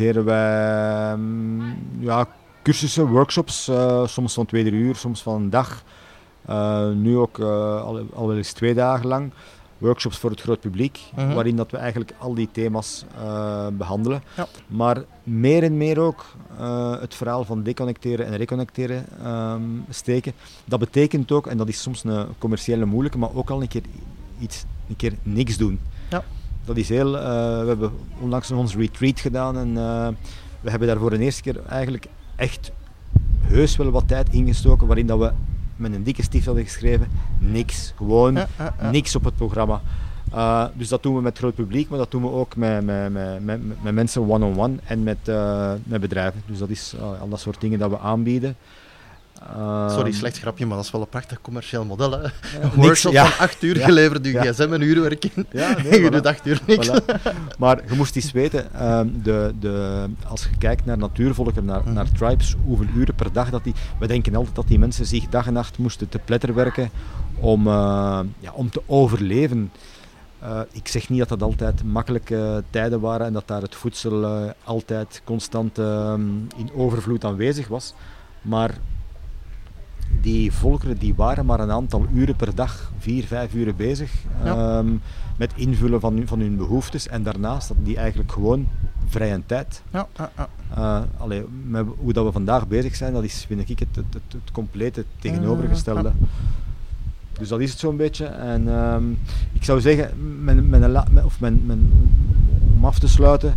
cursussen, workshops, soms van 2-3 uur, soms van een dag. Nu ook al wel eens 2 dagen lang. Workshops voor het groot publiek, waarin dat we eigenlijk al die thema's behandelen. Ja. Maar meer en meer ook het verhaal van deconnecteren en reconnecteren steken. Dat betekent ook, en dat is soms een commerciële moeilijke, maar ook al een keer niks doen. Ja. Dat is heel... we hebben onlangs ons retreat gedaan en we hebben daar voor de eerste keer eigenlijk echt heus wel wat tijd ingestoken, waarin dat we met een dikke stift hadden geschreven, niks. Gewoon niks op het programma. Dus dat doen we met het groot publiek, maar dat doen we ook met mensen one-on-one en met bedrijven. Dus dat is al dat soort dingen dat we aanbieden. Sorry, slecht grapje, maar dat is wel een prachtig commercieel model. Hè? Een workshop van 8 uur geleverd, je gsm een uurwerk in en je doet 8 uur niks. Voilà. Maar je moest eens weten, als je kijkt naar natuurvolken, naar tribes, hoeveel uren per dag dat die... We denken altijd dat die mensen zich dag en nacht moesten te pletter werken om te overleven. Ik zeg niet dat dat altijd makkelijke tijden waren en dat daar het voedsel altijd constant in overvloed aanwezig was. Maar die volkeren die waren maar een aantal uren per dag, 4-5 uren bezig met invullen van hun behoeftes. En daarnaast hadden die eigenlijk gewoon vrije tijd. Met hoe dat we vandaag bezig zijn, dat is, vind ik, het complete tegenovergestelde. Dus dat is het zo'n beetje. En ik zou zeggen, om af te sluiten,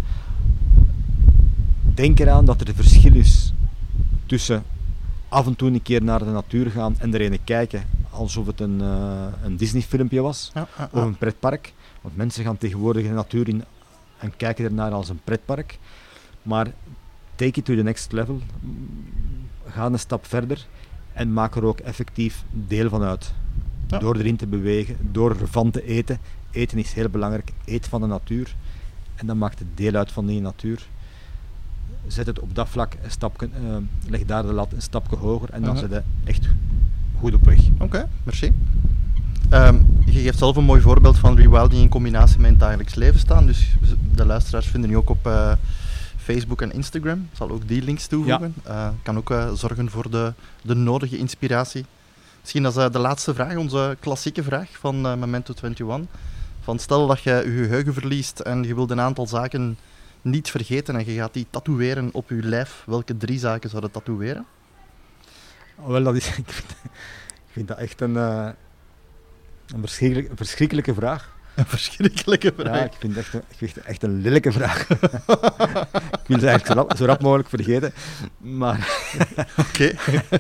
denk eraan dat er een verschil is tussen af en toe een keer naar de natuur gaan en er een kijken alsof het een Disney-filmpje was, of een pretpark. Want mensen gaan tegenwoordig de natuur in en kijken ernaar als een pretpark. Maar take it to the next level. Ga een stap verder en maak er ook effectief deel van uit. Ja. Door erin te bewegen, door ervan te eten. Eten is heel belangrijk. Eet van de natuur. En dan maakt het deel uit van die natuur. Zet het op dat vlak een stapje, leg daar de lat een stapje hoger en dan zit je echt goed op weg. Oké, merci. Je geeft zelf een mooi voorbeeld van rewilding in combinatie met het dagelijks leven staan. Dus de luisteraars vinden je ook op Facebook en Instagram. Ik zal ook die links toevoegen. Kan ook zorgen voor de nodige inspiratie. Misschien als de laatste vraag, onze klassieke vraag van Memento 21. Van stel dat je je geheugen verliest en je wilt een aantal zaken niet vergeten en je gaat die tatoeëren op je lijf. Welke 3 zaken zou je tatoeëren? Wel, dat is, ik vind dat echt een verschrikkelijke vraag. Een verschrikkelijke vraag? Ja, ik vind het echt een lelijke vraag. Ik wil ze eigenlijk zo rap mogelijk vergeten. Maar, Oké.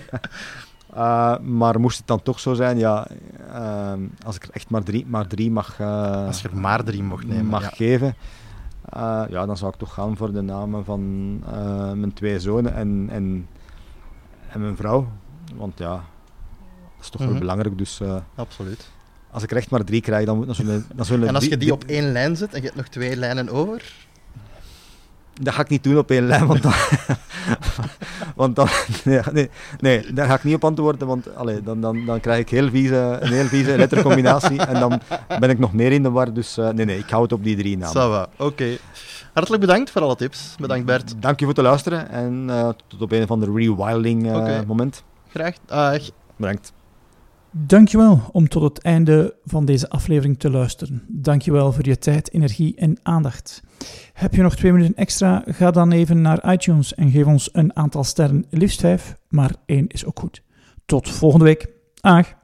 Maar moest het dan toch zo zijn, als ik er echt maar drie mag... als je er maar 3 mocht nemen. Mag geven... dan zou ik toch gaan voor de namen van mijn 2 zonen en mijn vrouw. Want is toch wel belangrijk. Dus, absoluut. Als ik er echt maar 3 krijg, dan zullen en als je die op 1 lijn zet en je hebt nog 2 lijnen over? Dat ga ik niet doen op 1 lijn, want dan nee, daar ga ik niet op antwoorden, want dan krijg ik een heel vieze lettercombinatie en dan ben ik nog meer in de war, dus nee, ik hou het op die 3 namen. Oké. Hartelijk bedankt voor alle tips. Bedankt Bert. Dank je voor het luisteren en tot op een of ander rewilding moment. Graag. Dag. Bedankt. Dankjewel om tot het einde van deze aflevering te luisteren. Dankjewel voor je tijd, energie en aandacht. Heb je nog 2 minuten extra? Ga dan even naar iTunes en geef ons een aantal sterren, liefst 5, maar 1 is ook goed. Tot volgende week. Dag.